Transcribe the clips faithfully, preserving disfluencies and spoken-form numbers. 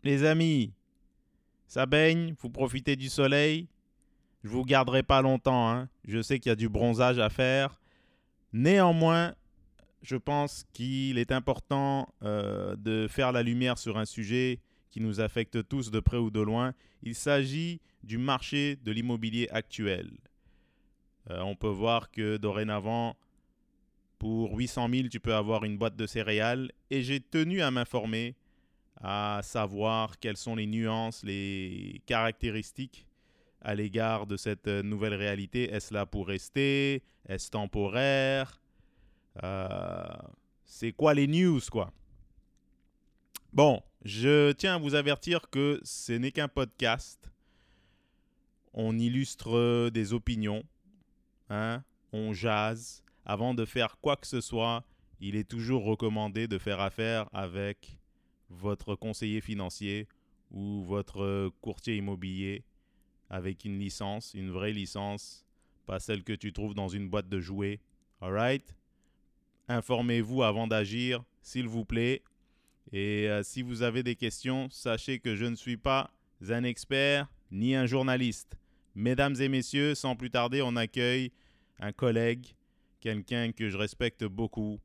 les amis, ça baigne, vous profitez du soleil. Je ne vous garderai pas longtemps, hein. Je sais qu'il y a du bronzage à faire. Néanmoins, je pense qu'il est important euh, de faire la lumière sur un sujet qui nous affecte tous de près ou de loin. Il s'agit du marché de l'immobilier actuel. Euh, on peut voir que dorénavant, pour huit cent mille, tu peux avoir une boîte de céréales. Et j'ai tenu à m'informer, à savoir quelles sont les nuances, les caractéristiques à l'égard de cette nouvelle réalité. Est-ce là pour rester? Est-ce temporaire? Euh, c'est quoi les news, quoi? Bon, je tiens à vous avertir que ce n'est qu'un podcast. On illustre des opinions, hein? On jase. Avant de faire quoi que ce soit, il est toujours recommandé de faire affaire avec votre conseiller financier ou votre courtier immobilier avec une licence, une vraie licence, pas celle que tu trouves dans une boîte de jouets. All right? Informez-vous avant d'agir, s'il vous plaît. Et euh, si vous avez des questions, sachez que je ne suis pas un expert ni un journaliste. Mesdames et messieurs, sans plus tarder, on accueille un collègue, quelqu'un que je respecte beaucoup,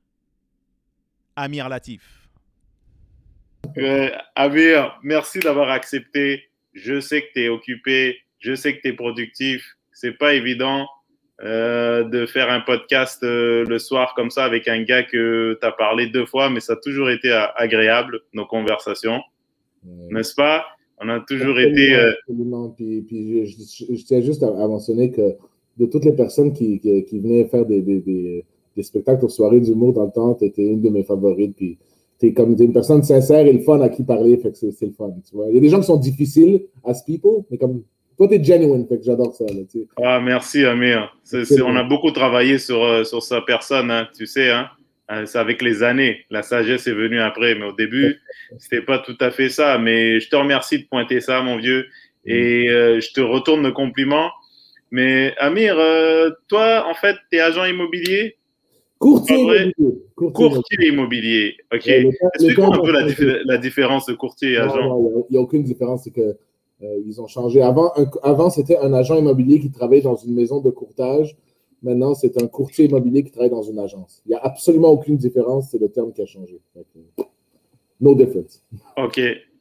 Amir Latif. Euh, Amir, merci d'avoir accepté. Je sais que tu es occupé, je sais que tu es productif. C'est pas évident euh, de faire un podcast euh, le soir comme ça avec un gars que tu as parlé deux fois, mais ça a toujours été euh, agréable, nos conversations, Ouais. n'est-ce pas? On a toujours Absolument, été... Euh... absolument. Puis, puis je, je, je tiens juste à, à mentionner que de toutes les personnes qui, qui, qui venaient faire des, des, des, des spectacles aux soirées d'humour dans le temps, tu étais une de mes favorites. Puis tu es comme t'es une personne sincère et le fun à qui parler, fait que c'est, c'est le fun. Tu vois? Il y a des gens qui sont difficiles as people, mais comme toi, tu es genuine, fait que j'adore ça. Là, tu sais. Ah, merci Amir. C'est, c'est, on a beaucoup travaillé sur, euh, sur sa personne, hein, tu sais, hein. C'est avec les années. La sagesse est venue après. Mais au début, c'était pas tout à fait ça. Mais je te remercie de pointer ça, mon vieux. Et euh, je te retourne le compliment. Mais Amir, euh, toi, en fait, tu es agent immobilier? Courtier immobilier. Courtier, courtier immobilier. OK. Ouais, explique-moi un peu la, dif- la différence de courtier et non, agent. Non, il n'y a, a aucune différence. C'est que euh, ils ont changé. Avant, un, avant, c'était un agent immobilier qui travaillait dans une maison de courtage. Maintenant, c'est un courtier immobilier qui travaille dans une agence. Il n'y a absolument aucune différence. C'est le terme qui a changé. Donc, no difference. OK.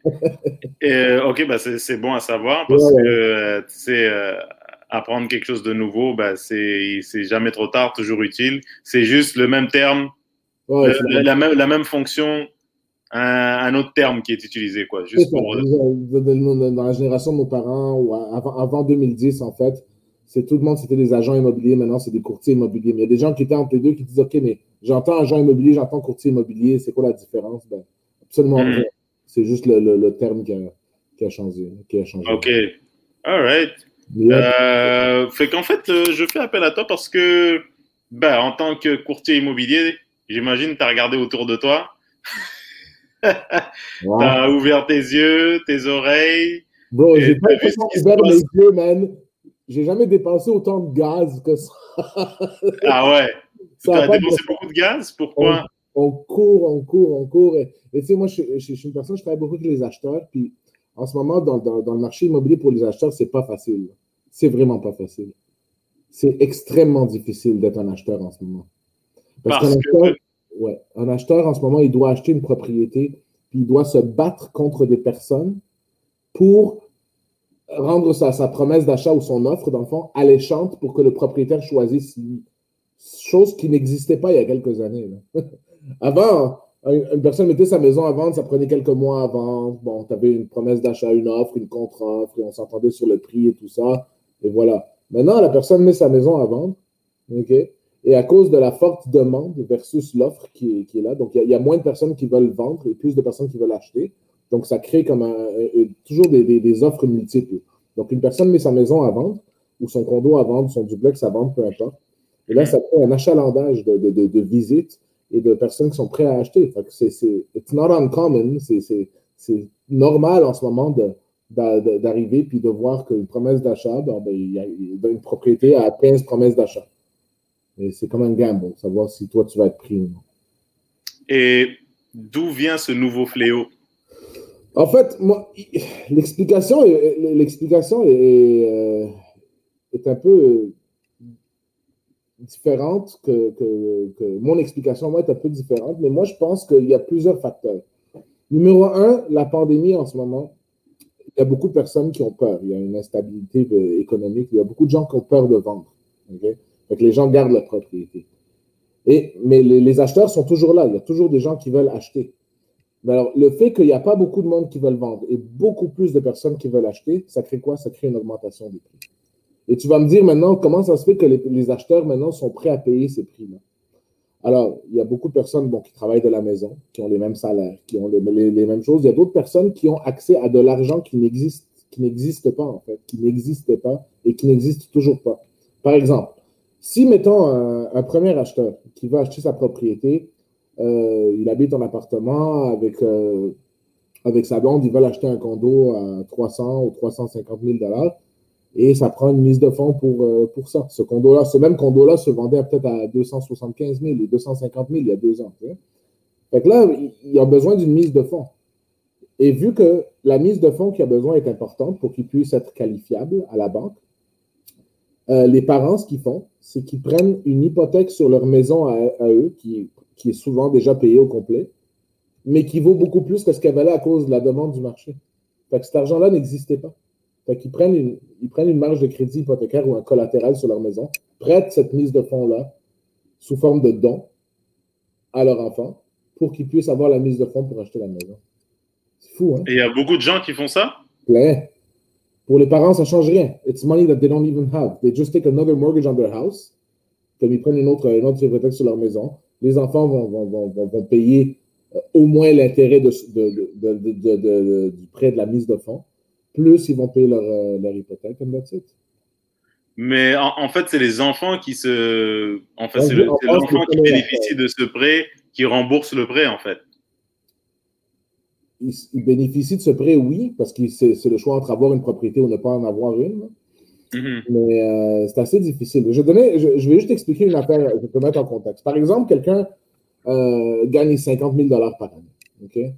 Et, OK, bah c'est, c'est bon à savoir parce ouais, que, euh, tu sais, euh, apprendre quelque chose de nouveau, bah c'est, c'est jamais trop tard, toujours utile. C'est juste le même terme, ouais, le, la, la, même, la même fonction, un, un autre terme qui est utilisé, quoi. Juste c'est pour... Dans la génération de nos parents, ou avant, avant deux mille dix, en fait, c'est tout le monde, c'était des agents immobiliers. Maintenant, c'est des courtiers immobiliers. Mais il y a des gens qui étaient entre les deux qui disent, OK, mais j'entends agent immobilier, j'entends courtier immobilier. C'est quoi la différence? Ben, absolument rien. Mm-hmm. C'est juste le, le, le terme qui a, qui a changé. Qui a changé. OK. All right. Yep. Euh, fait qu'en fait, euh, je fais appel à toi parce que, ben, en tant que courtier immobilier, j'imagine que tu as regardé autour de toi. Wow. Tu as ouvert tes yeux, tes oreilles. Bro, j'ai pas ouvert mes yeux, man. J'ai jamais dépensé autant de gaz que ça. Ah ouais? Tu as dépensé beaucoup de gaz? Pourquoi? On, on court, on court, on court. Et tu sais, moi, je, je, je suis une personne, je travaille beaucoup avec les acheteurs. Puis en ce moment, dans, dans, dans le marché immobilier pour les acheteurs, c'est pas facile. C'est vraiment pas facile. C'est extrêmement difficile d'être un acheteur en ce moment. Parce, Parce qu'un acheteur, que... ouais, un acheteur, en ce moment, il doit acheter une propriété, puis il doit se battre contre des personnes pour rendre sa, sa promesse d'achat ou son offre, dans le fond, alléchante pour que le propriétaire choisisse lui. Chose qui n'existait pas il y a quelques années. Là. Avant, une personne mettait sa maison à vendre, ça prenait quelques mois à vendre. Bon, tu avais une promesse d'achat, une offre, une contre-offre, et on s'entendait sur le prix et tout ça. Et voilà. Maintenant, la personne met sa maison à vendre, OK? Et à cause de la forte demande versus l'offre qui est, qui est là, donc il y, y a moins de personnes qui veulent vendre et plus de personnes qui veulent acheter. Donc, ça crée comme un, un, toujours des, des, des offres multiples. Donc, une personne met sa maison à vendre, ou son condo à vendre, son duplex à vendre, peu importe. Et là, ça crée un achalandage de, de, de, de visites et de personnes qui sont prêtes à acheter. Fait que c'est, c'est it's not uncommon, c'est, c'est, c'est normal en ce moment de, de, d'arriver puis de voir qu'une promesse d'achat, ben, ben, il y a une propriété à quinze promesses d'achat. Et c'est comme un gamble, savoir si toi, tu vas être pris ou non. Et d'où vient ce nouveau fléau? En fait, moi, l'explication est, l'explication est, euh, est un peu différente que, que, que mon explication, moi, est un peu différente, mais moi, je pense qu'il y a plusieurs facteurs. Numéro un, la pandémie en ce moment, il y a beaucoup de personnes qui ont peur. Il y a une instabilité économique. Il y a beaucoup de gens qui ont peur de vendre. Okay? Fait que les gens gardent leur propriété. Et, mais les, les acheteurs sont toujours là. Il y a toujours des gens qui veulent acheter. Mais alors, le fait qu'il n'y a pas beaucoup de monde qui veulent vendre et beaucoup plus de personnes qui veulent acheter, ça crée quoi? Ça crée une augmentation des prix. Et tu vas me dire maintenant, comment ça se fait que les, les acheteurs maintenant sont prêts à payer ces prix-là? Alors, il y a beaucoup de personnes bon, qui travaillent de la maison, qui ont les mêmes salaires, qui ont les, les, les mêmes choses. Il y a d'autres personnes qui ont accès à de l'argent qui n'existe, qui n'existe pas, en fait, qui n'existait pas et qui n'existe toujours pas. Par exemple, si, mettons, un, un premier acheteur qui va acheter sa propriété, euh, il habite en appartement avec, euh, avec sa blonde, il va acheter un condo à trois cents ou trois cent cinquante mille dollars. Et ça prend une mise de fonds pour, euh, pour ça. Ce condo-là, ce même condo-là se vendait peut-être à deux cent soixante-quinze mille ou deux cent cinquante mille il y a deux ans. Hein? Fait que là, il a besoin d'une mise de fonds. Et vu que la mise de fonds qu'il a besoin est importante pour qu'il puisse être qualifiable à la banque, euh, les parents, ce qu'ils font, c'est qu'ils prennent une hypothèque sur leur maison à, à eux, qui, qui est souvent déjà payée au complet, mais qui vaut beaucoup plus que ce qu'elle valait à cause de la demande du marché. Fait que cet argent-là n'existait pas. Fait qu'ils prennent une, ils prennent une marge de crédit hypothécaire ou un collatéral sur leur maison, prêtent cette mise de fonds-là sous forme de don à leur enfant pour qu'ils puissent avoir la mise de fonds pour acheter la maison. C'est fou, hein? Et il y a beaucoup de gens qui font ça? Plein. Pour les parents, ça ne change rien. It's money that they don't even have. They just take another mortgage on their house, comme ils prennent une autre, une autre hypothèque sur leur maison. Les enfants vont, vont, vont, vont payer euh, au moins l'intérêt de, de, de, de, de, de, du prêt de la mise de fonds. Plus ils vont payer leur, euh, leur hypothèque, and that's it. Mais en, en fait, c'est les enfants qui se. En fait, c'est, le, c'est l'enfant qui bénéficie de ce prêt qui rembourse le prêt, en fait. Il, il bénéficie de ce prêt, oui, parce que c'est, c'est le choix entre avoir une propriété ou ne pas en avoir une. Mm-hmm. Mais euh, c'est assez difficile. Je, donnais, je, je vais juste expliquer une affaire, je peux mettre en contexte. Par exemple, quelqu'un euh, gagne cinquante mille dollars par année. Okay?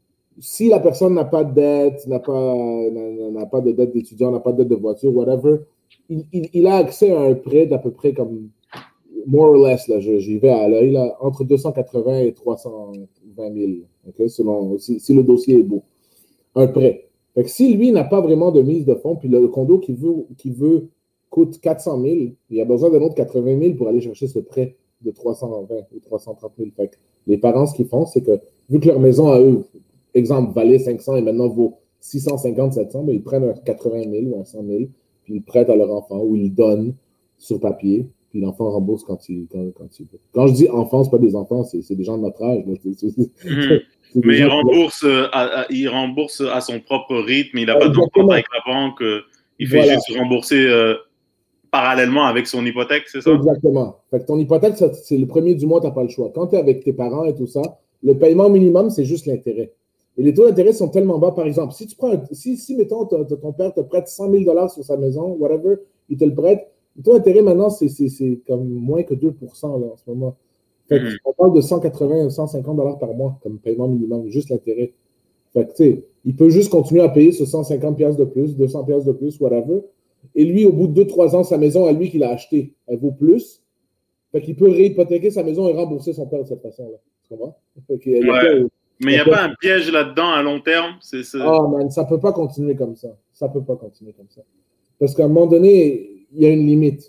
Si la personne n'a pas de dette, n'a pas, n'a, n'a pas de dette d'étudiant, n'a pas de dette de voiture, whatever, il, il, il a accès à un prêt d'à peu près comme, more or less, là, j'y vais à l'œil, là, entre deux cent quatre-vingts et trois cent vingt mille, okay, selon, si, si le dossier est beau. Un prêt. Fait que si lui n'a pas vraiment de mise de fonds, puis le condo qu'il veut, qu'il veut coûte quatre cent mille, il a besoin d'un autre quatre-vingt mille pour aller chercher ce prêt de trois cent vingt ou trois cent trente mille. Fait que les parents, ce qu'ils font, c'est que vu que leur maison à eux, exemple, valait cinq cents et maintenant vaut six cent cinquante, sept cents, mais ils prennent un quatre-vingt mille ou un cent mille, puis ils prêtent à leur enfant ou ils donnent sur papier, puis l'enfant rembourse quand il, quand, quand il veut. Quand je dis enfant, ce n'est pas des enfants, c'est, c'est des gens de notre âge. Là. C'est, c'est, c'est, mmh. c'est mais il rembourse, qui... à, à, il rembourse à son propre rythme, il n'a pas d'entente avec la banque, il fait voilà. juste rembourser euh, parallèlement avec son hypothèque, c'est ça? Exactement. Fait que ton hypothèque, ça, c'est le premier du mois, tu n'as pas le choix. Quand tu es avec tes parents et tout ça, le paiement minimum, c'est juste l'intérêt. Et les taux d'intérêt sont tellement bas, par exemple, si tu prends, un, si, si mettons, ton, ton père te prête cent mille dollars sur sa maison, whatever, il te le prête, le taux d'intérêt maintenant, c'est, c'est, c'est comme moins que deux pour cent là, en ce moment. Fait que, mm-hmm. On parle de cent quatre-vingts, cent cinquante dollars par mois comme paiement minimum, juste l'intérêt. Fait que, tu sais, il peut juste continuer à payer ce cent cinquante dollars de plus, deux cents dollars de plus, whatever. Et lui, au bout de deux trois ans, sa maison, à lui qu'il a acheté, elle vaut plus. Fait qu'il peut réhypothéquer sa maison et rembourser son père de cette façon-là. Tu comprends? Fait qu'il y a, ouais. il y a Mais il n'y a pas un piège là-dedans à long terme? C'est, c'est... Ah, man, ça ne peut pas continuer comme ça. Ça ne peut pas continuer comme ça. Parce qu'à un moment donné, il y a une limite.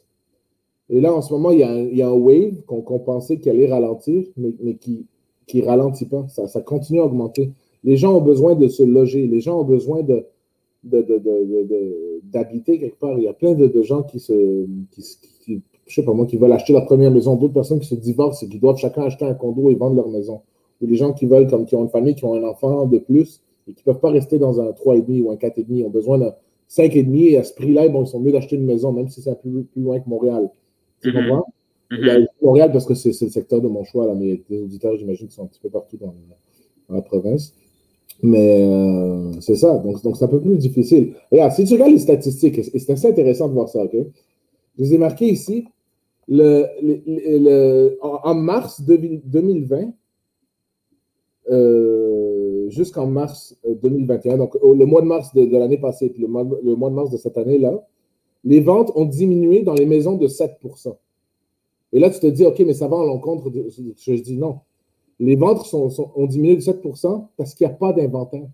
Et là, en ce moment, il y a un, il y a un wave qu'on, qu'on pensait qu'il allait ralentir, mais, mais qui ne ralentit pas. Ça, ça continue à augmenter. Les gens ont besoin de se loger. Les gens ont besoin de, de, de, de, de, de, d'habiter quelque part. Il y a plein de, de gens qui se... Qui, qui, je sais pas moi, qui veulent acheter leur première maison. D'autres personnes qui se divorcent et qui doivent chacun acheter un condo et vendre leur maison. Ou des gens qui veulent, comme qui ont une famille, qui ont un enfant de plus et qui ne peuvent pas rester dans un trois virgule cinq ou un quatre virgule cinq. Ils ont besoin d'un cinq virgule cinq et à ce prix-là, bon, ils sont mieux d'acheter une maison, même si c'est un peu plus, plus loin que Montréal. Tu mm-hmm. comprends? Mm-hmm. Il y a Montréal parce que c'est, c'est le secteur de mon choix, là, mais les auditeurs, j'imagine, qui sont un petit peu partout dans, dans la province. Mais euh, c'est ça, donc, donc c'est un peu plus difficile. Regarde, si tu regardes les statistiques, et c'est assez intéressant de voir ça, OK? Je les ai marquées ici. Le, le, le, en, en mars deux mille vingt, euh, jusqu'en mars deux mille vingt et un, donc le mois de mars de, de l'année passée, puis le mois, le mois de mars de cette année-là, les ventes ont diminué dans les maisons de sept pour cent. Et là, tu te dis, OK, mais ça va à l'encontre de. Je dis non. Les ventes sont, sont, ont diminué de sept pour cent parce qu'il n'y a pas d'inventaire.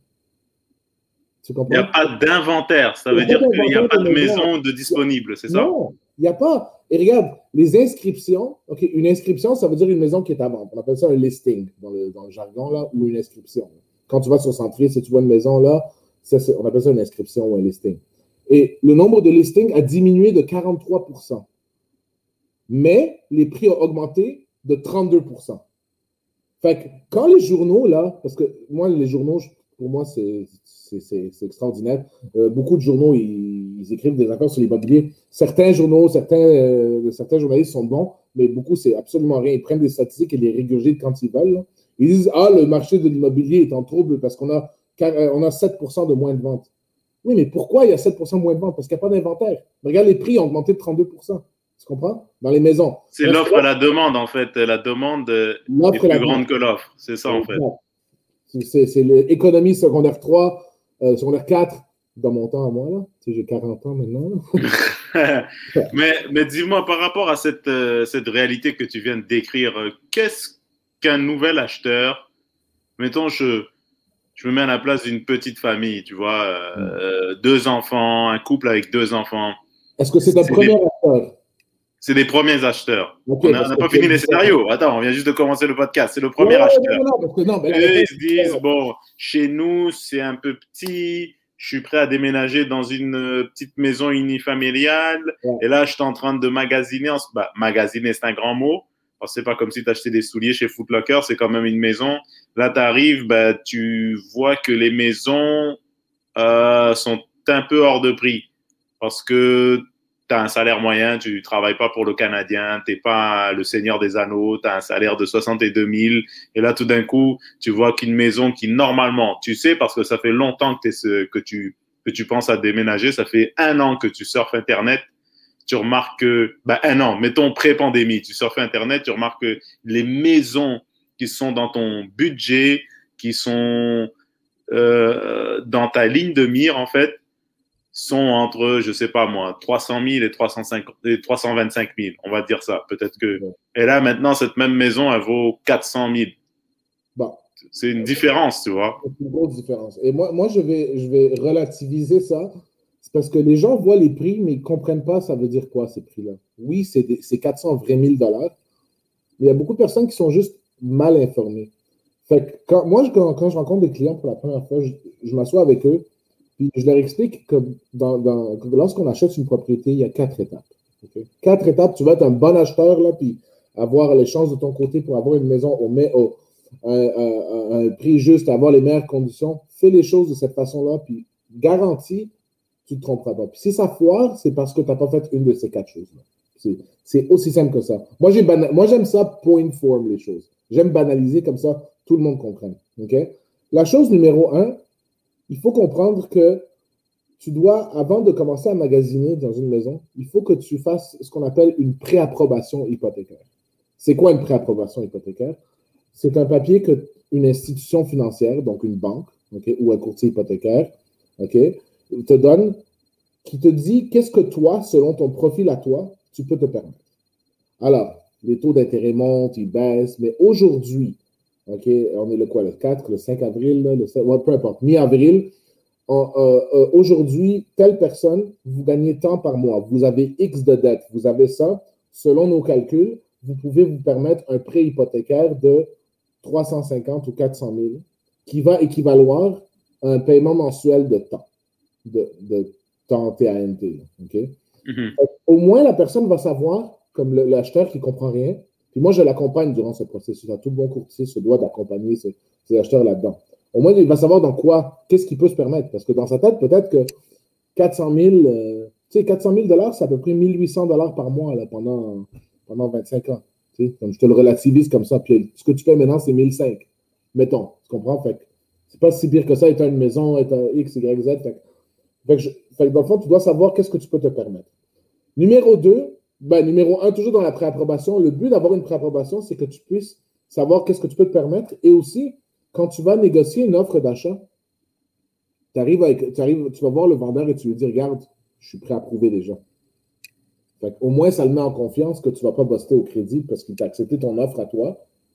Tu comprends? Il n'y a pas d'inventaire. Ça veut dire qu'il n'y a pas de maison de disponible, c'est ça? Non, il n'y a pas. Et regarde, les inscriptions, OK, une inscription, ça veut dire une maison qui est à vendre. On appelle ça un listing dans le, dans le jargon, là, ou une inscription. Quand tu vas sur Centris, si tu vois une maison là, ça, on appelle ça une inscription ou un listing. Et le nombre de listings a diminué de quarante-trois pour cent. Mais les prix ont augmenté de trente-deux pour cent. Fait que quand les journaux, là, parce que moi, les journaux, pour moi, c'est, c'est, c'est, c'est extraordinaire. Euh, beaucoup de journaux, ils, ils écrivent des affaires sur l'immobilier. Certains journaux, certains, euh, certains journalistes sont bons, mais beaucoup, c'est absolument rien. Ils prennent des statistiques et les régurgitent quand ils veulent. Là. Ils disent « Ah, le marché de l'immobilier est en trouble parce qu'on a, on a sept pour cent de moins de ventes. » Oui, mais pourquoi il y a sept pour cent de moins de ventes? Parce qu'il n'y a pas d'inventaire. Regarde, les prix ont augmenté de trente-deux pour cent. Tu comprends? Dans les maisons. C'est Parce l'offre à la demande, en fait. La demande est plus grande que l'offre. C'est ça, en fait. C'est, c'est l'économie secondaire trois, euh, secondaire quatre, dans mon temps à moi, là. Tu sais, j'ai quarante ans maintenant. mais mais dis-moi, par rapport à cette, euh, cette réalité que tu viens de décrire, euh, qu'est-ce qu'un nouvel acheteur, mettons, je, je me mets à la place d'une petite famille, tu vois, euh, mm. deux enfants, un couple avec deux enfants. Est-ce que c'est un premier des... acheteur? C'est des premiers acheteurs. Okay, on n'a pas fini les scénarios. Attends, on vient juste de commencer le podcast. C'est le premier ouais, acheteur. Non, non, non, non, mais Eux, ils se disent, bon, chez nous, c'est un peu petit. Je suis prêt à déménager dans une petite maison unifamiliale. Ouais. Et là, je suis en train de magasiner. Bah, magasiner, c'est un grand mot. Alors, c'est pas comme si tu achetais des souliers chez Foot Locker. C'est quand même une maison. Là, tu arrives, bah, tu vois que les maisons euh, sont un peu hors de prix. Parce que tu as un salaire moyen, tu ne travailles pas pour le Canadien, tu n'es pas le Seigneur des Anneaux, tu as un salaire de soixante-deux mille. Et là, tout d'un coup, tu vois qu'une maison qui, normalement, tu sais, parce que ça fait longtemps que, ce, que, tu, que tu penses à déménager, ça fait un an que tu surfes Internet, tu remarques que, ben, un an, mettons pré-pandémie, tu surfes Internet, tu remarques que les maisons qui sont dans ton budget, qui sont euh, dans ta ligne de mire, en fait, sont entre, je sais pas moi, trois cent mille et trois cent cinquante et trois cent vingt-cinq mille. On va dire ça. Peut-être que. Et là, maintenant, cette même maison, elle vaut quatre cent mille. Bon. C'est une différence, tu vois. C'est une grosse différence. Et moi, moi je, vais, je vais relativiser ça. C'est parce que les gens voient les prix, mais ils ne comprennent pas ça veut dire quoi, ces prix-là. Oui, c'est, des, c'est quatre cents vrais mille dollars. Mais il y a beaucoup de personnes qui sont juste mal informées. Fait que quand, moi, je, quand, quand je rencontre des clients pour la première fois, je, je m'assois avec eux. Puis je leur explique que, dans, dans, que lorsqu'on achète une propriété, il y a quatre étapes. Okay? Quatre étapes, tu vas être un bon acheteur, là, puis avoir les chances de ton côté pour avoir une maison au, au, à, à, à un prix juste, avoir les meilleures conditions. Fais les choses de cette façon-là, puis garantie, tu ne te tromperas pas. Puis si ça foire, c'est parce que tu n'as pas fait une de ces quatre choses-là. C'est, c'est aussi simple que ça. Moi, j'ai bana- Moi, j'aime ça point form les choses. J'aime banaliser comme ça, tout le monde comprenne. Okay? La chose numéro un, il faut comprendre que tu dois, avant de commencer à magasiner dans une maison, il faut que tu fasses ce qu'on appelle une préapprobation hypothécaire. C'est quoi une préapprobation hypothécaire? C'est un papier qu'une institution financière, donc une banque, okay, ou un courtier hypothécaire, okay, te donne, qui te dit qu'est-ce que toi, selon ton profil à toi, tu peux te permettre. Alors, les taux d'intérêt montent, ils baissent, mais aujourd'hui, OK, on est le quoi, le quatre, le cinq avril, le sept, ouais, peu importe, mi-avril. Euh, euh, aujourd'hui, telle personne, vous gagnez tant par mois, vous avez X de dette, vous avez ça, selon nos calculs, vous pouvez vous permettre un prêt hypothécaire de trois cent cinquante ou quatre cent mille qui va équivaloir à un paiement mensuel de temps, de, de temps T A N T. OK? Mm-hmm. Au moins, la personne va savoir, comme le, l'acheteur qui ne comprend rien, puis moi, je l'accompagne durant ce processus. Tout bon courtier se doit d'accompagner ses, ses acheteurs là-dedans. Au moins, il va savoir dans quoi, qu'est-ce qu'il peut se permettre. Parce que dans sa tête, peut-être que quatre cent mille, euh, tu sais, quatre cent mille dollars, c'est à peu près mille huit cents dollars par mois là, pendant, pendant vingt-cinq ans. Tu sais, comme je te le relativise comme ça. Puis ce que tu fais maintenant, c'est mille cinq. Mettons, tu comprends? Fait que c'est pas si pire que ça, étant une maison, étant X, Y, Z. Fait que, fait que, je, fait que dans le fond, tu dois savoir qu'est-ce que tu peux te permettre. Numéro deux, ben, numéro un, toujours dans la préapprobation, le but d'avoir une préapprobation, c'est que tu puisses savoir qu'est-ce que tu peux te permettre et aussi quand tu vas négocier une offre d'achat, t'arrives avec, t'arrives, tu vas voir le vendeur et tu lui dis, regarde, je suis prêt à prouver déjà. Fait au moins, ça le met en confiance que tu ne vas pas buster au crédit parce qu'il t'a accepté ton offre à toi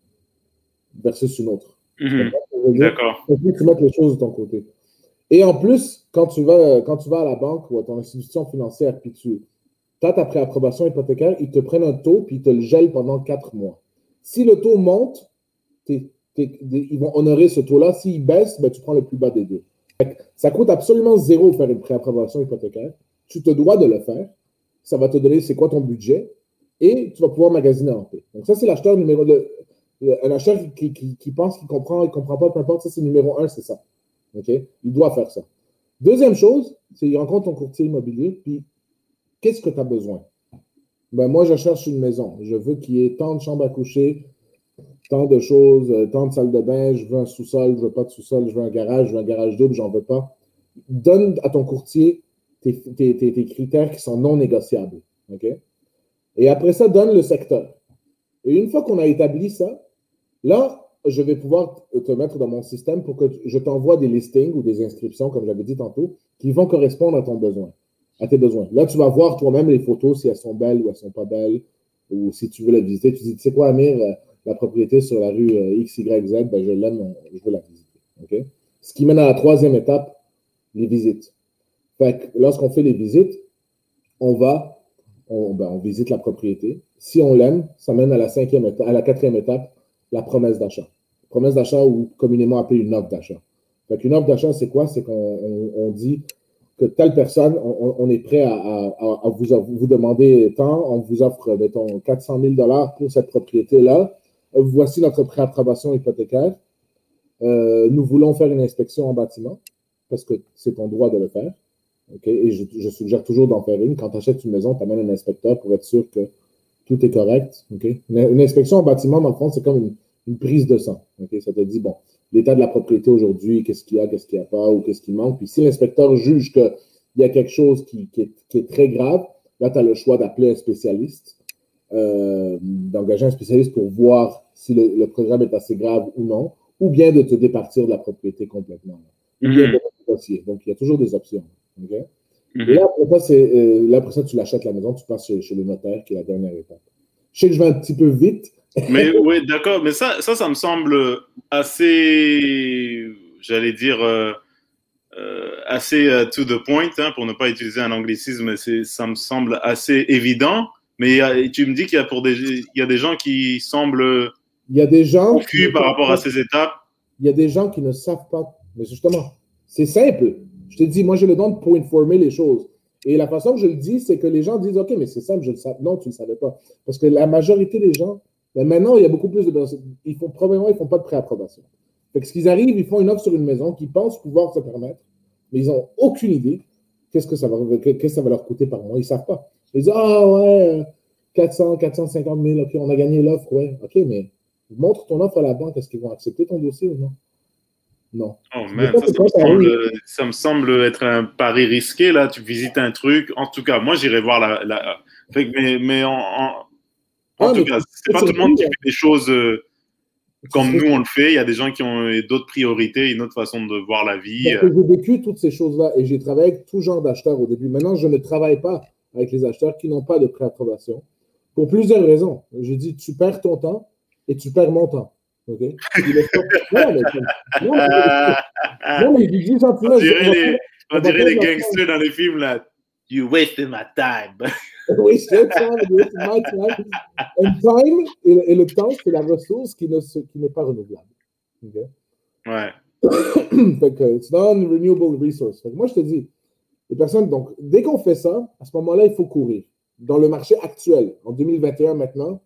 versus une autre. Mm-hmm. D'accord. Donc, tu mets les choses de ton côté. Et en plus, quand tu vas, quand tu vas à la banque ou à ton institution financière puis tu as ta préapprobation hypothécaire, ils te prennent un taux puis ils te le gèlent pendant quatre mois. Si le taux monte, t'es, t'es, ils vont honorer ce taux-là. S'il baisse, ben, tu prends le plus bas des deux. Ça coûte absolument zéro faire une préapprobation hypothécaire. Tu te dois de le faire. Ça va te donner c'est quoi ton budget et tu vas pouvoir magasiner en paix. Donc, ça, c'est l'acheteur numéro deux. Un acheteur qui, qui, qui pense qu'il comprend, il ne comprend pas, peu importe, ça, c'est numéro un, c'est ça. Okay? Il doit faire ça. Deuxième chose, c'est qu'il rencontre ton courtier immobilier, puis qu'est-ce que tu as besoin? Ben, moi, je cherche une maison. Je veux qu'il y ait tant de chambres à coucher, tant de choses, tant de salles de bain, je veux un sous-sol, je ne veux pas de sous-sol, je veux un garage, je veux un garage double, j'en veux pas. Donne à ton courtier tes, tes, tes, tes critères qui sont non négociables. Okay? Et après ça, donne le secteur. Et une fois qu'on a établi ça, là, je vais pouvoir te mettre dans mon système pour que je t'envoie des listings ou des inscriptions, comme j'avais dit tantôt, qui vont correspondre à ton besoin, à tes besoins. Là, tu vas voir toi-même les photos, si elles sont belles ou elles ne sont pas belles, ou si tu veux la visiter. Tu dis, tu sais quoi, Amir, la propriété sur la rue X Y Z, ben, je l'aime, je veux la visiter. Okay? Ce qui mène à la troisième étape, les visites. Fait que lorsqu'on fait les visites, on va, on, ben, on visite la propriété. Si on l'aime, ça mène à la cinquième étape, à la quatrième étape, la promesse d'achat. Promesse d'achat ou communément appelée une offre d'achat. Fait qu'une offre d'achat, c'est quoi? C'est qu'on on, on dit que telle personne, on, on est prêt à, à, à, vous, à vous demander tant, on vous offre, mettons, quatre cent mille dollars pour cette propriété-là. Voici notre préapprobation hypothécaire. Euh, nous voulons faire une inspection en bâtiment parce que c'est ton droit de le faire. Okay? Et je, je suggère toujours d'en faire une. Quand tu achètes une maison, tu amènes un inspecteur pour être sûr que tout est correct. Okay? Une, une inspection en bâtiment, dans le fond, c'est comme une, une prise de sang. Okay? Ça te dit, bon, l'état de la propriété aujourd'hui, qu'est-ce qu'il y a, qu'est-ce qu'il n'y a pas ou qu'est-ce qui manque. Puis si l'inspecteur juge qu'il y a quelque chose qui, qui, est, qui est très grave, là, tu as le choix d'appeler un spécialiste, euh, d'engager un spécialiste pour voir si le, le programme est assez grave ou non, ou bien de te départir de la propriété complètement. Ou bien de négocier. Donc, il y a toujours des options. Okay? Mm-hmm. Et là après, ça, euh, là, après ça, tu l'achètes la maison, tu passes chez, chez le notaire, qui est la dernière étape. Je sais que je vais un petit peu vite. Mais oui, d'accord. Mais ça, ça, ça me semble assez, j'allais dire, euh, euh, assez uh, to the point, hein, pour ne pas utiliser un anglicisme. C'est, ça me semble assez évident. Mais a, tu me dis qu'il y a, pour des, il y a des gens qui semblent il y a des gens confus par rapport pas. à ces étapes. Il y a des gens qui ne savent pas. Mais justement, c'est simple. Je te dis, moi, j'ai le don pour informer les choses. Et la façon que je le dis, c'est que les gens disent, OK, mais c'est simple, je le savais. Non, tu ne le savais pas. Parce que la majorité des gens, ben maintenant, il y a beaucoup plus de personnes. Ils font, probablement, ils ne font pas de préapprobation. Fait que ce qu'ils arrivent, ils font une offre sur une maison qu'ils pensent pouvoir se permettre, mais ils n'ont aucune idée qu'est-ce que ça va, qu'est-ce que ça va leur coûter par mois. Ils ne savent pas. Ils disent, ah ouais, quatre cents, quatre cent cinquante mille, OK, on a gagné l'offre, ouais. OK, mais montre ton offre à la banque, est-ce qu'ils vont accepter ton dossier ou non? Non. Oh man, ça, ça, me semble, ça me semble être un pari risqué, là. Tu visites un truc. En tout cas, moi, j'irai voir la. la... Mais, mais en, en, en ah, tout mais cas, c'est pas tout le monde qui fait des choses euh, comme nous, on le fait. Il y a des gens qui ont d'autres priorités, une autre façon de voir la vie. J'ai vécu toutes ces choses-là et j'ai travaillé avec tout genre d'acheteurs au début. Maintenant, je ne travaille pas avec les acheteurs qui n'ont pas de préapprobation pour plusieurs raisons. Je dis, tu perds ton temps et tu perds mon temps. OK? Non, mais, non, mais, non, mais je dis gentiment. On dirait les, on dirait les gangsters dans les films, là. You wasted my time. Wasted time, my time. And time, et, et le temps, c'est la ressource qui, ne, qui n'est pas renouvelable. OK? Ouais. Fait que, it's non-renewable resource. Fait que moi, je te dis, les personnes, donc, dès qu'on fait ça, à ce moment-là, il faut courir. Dans le marché actuel, en deux mille vingt et un maintenant,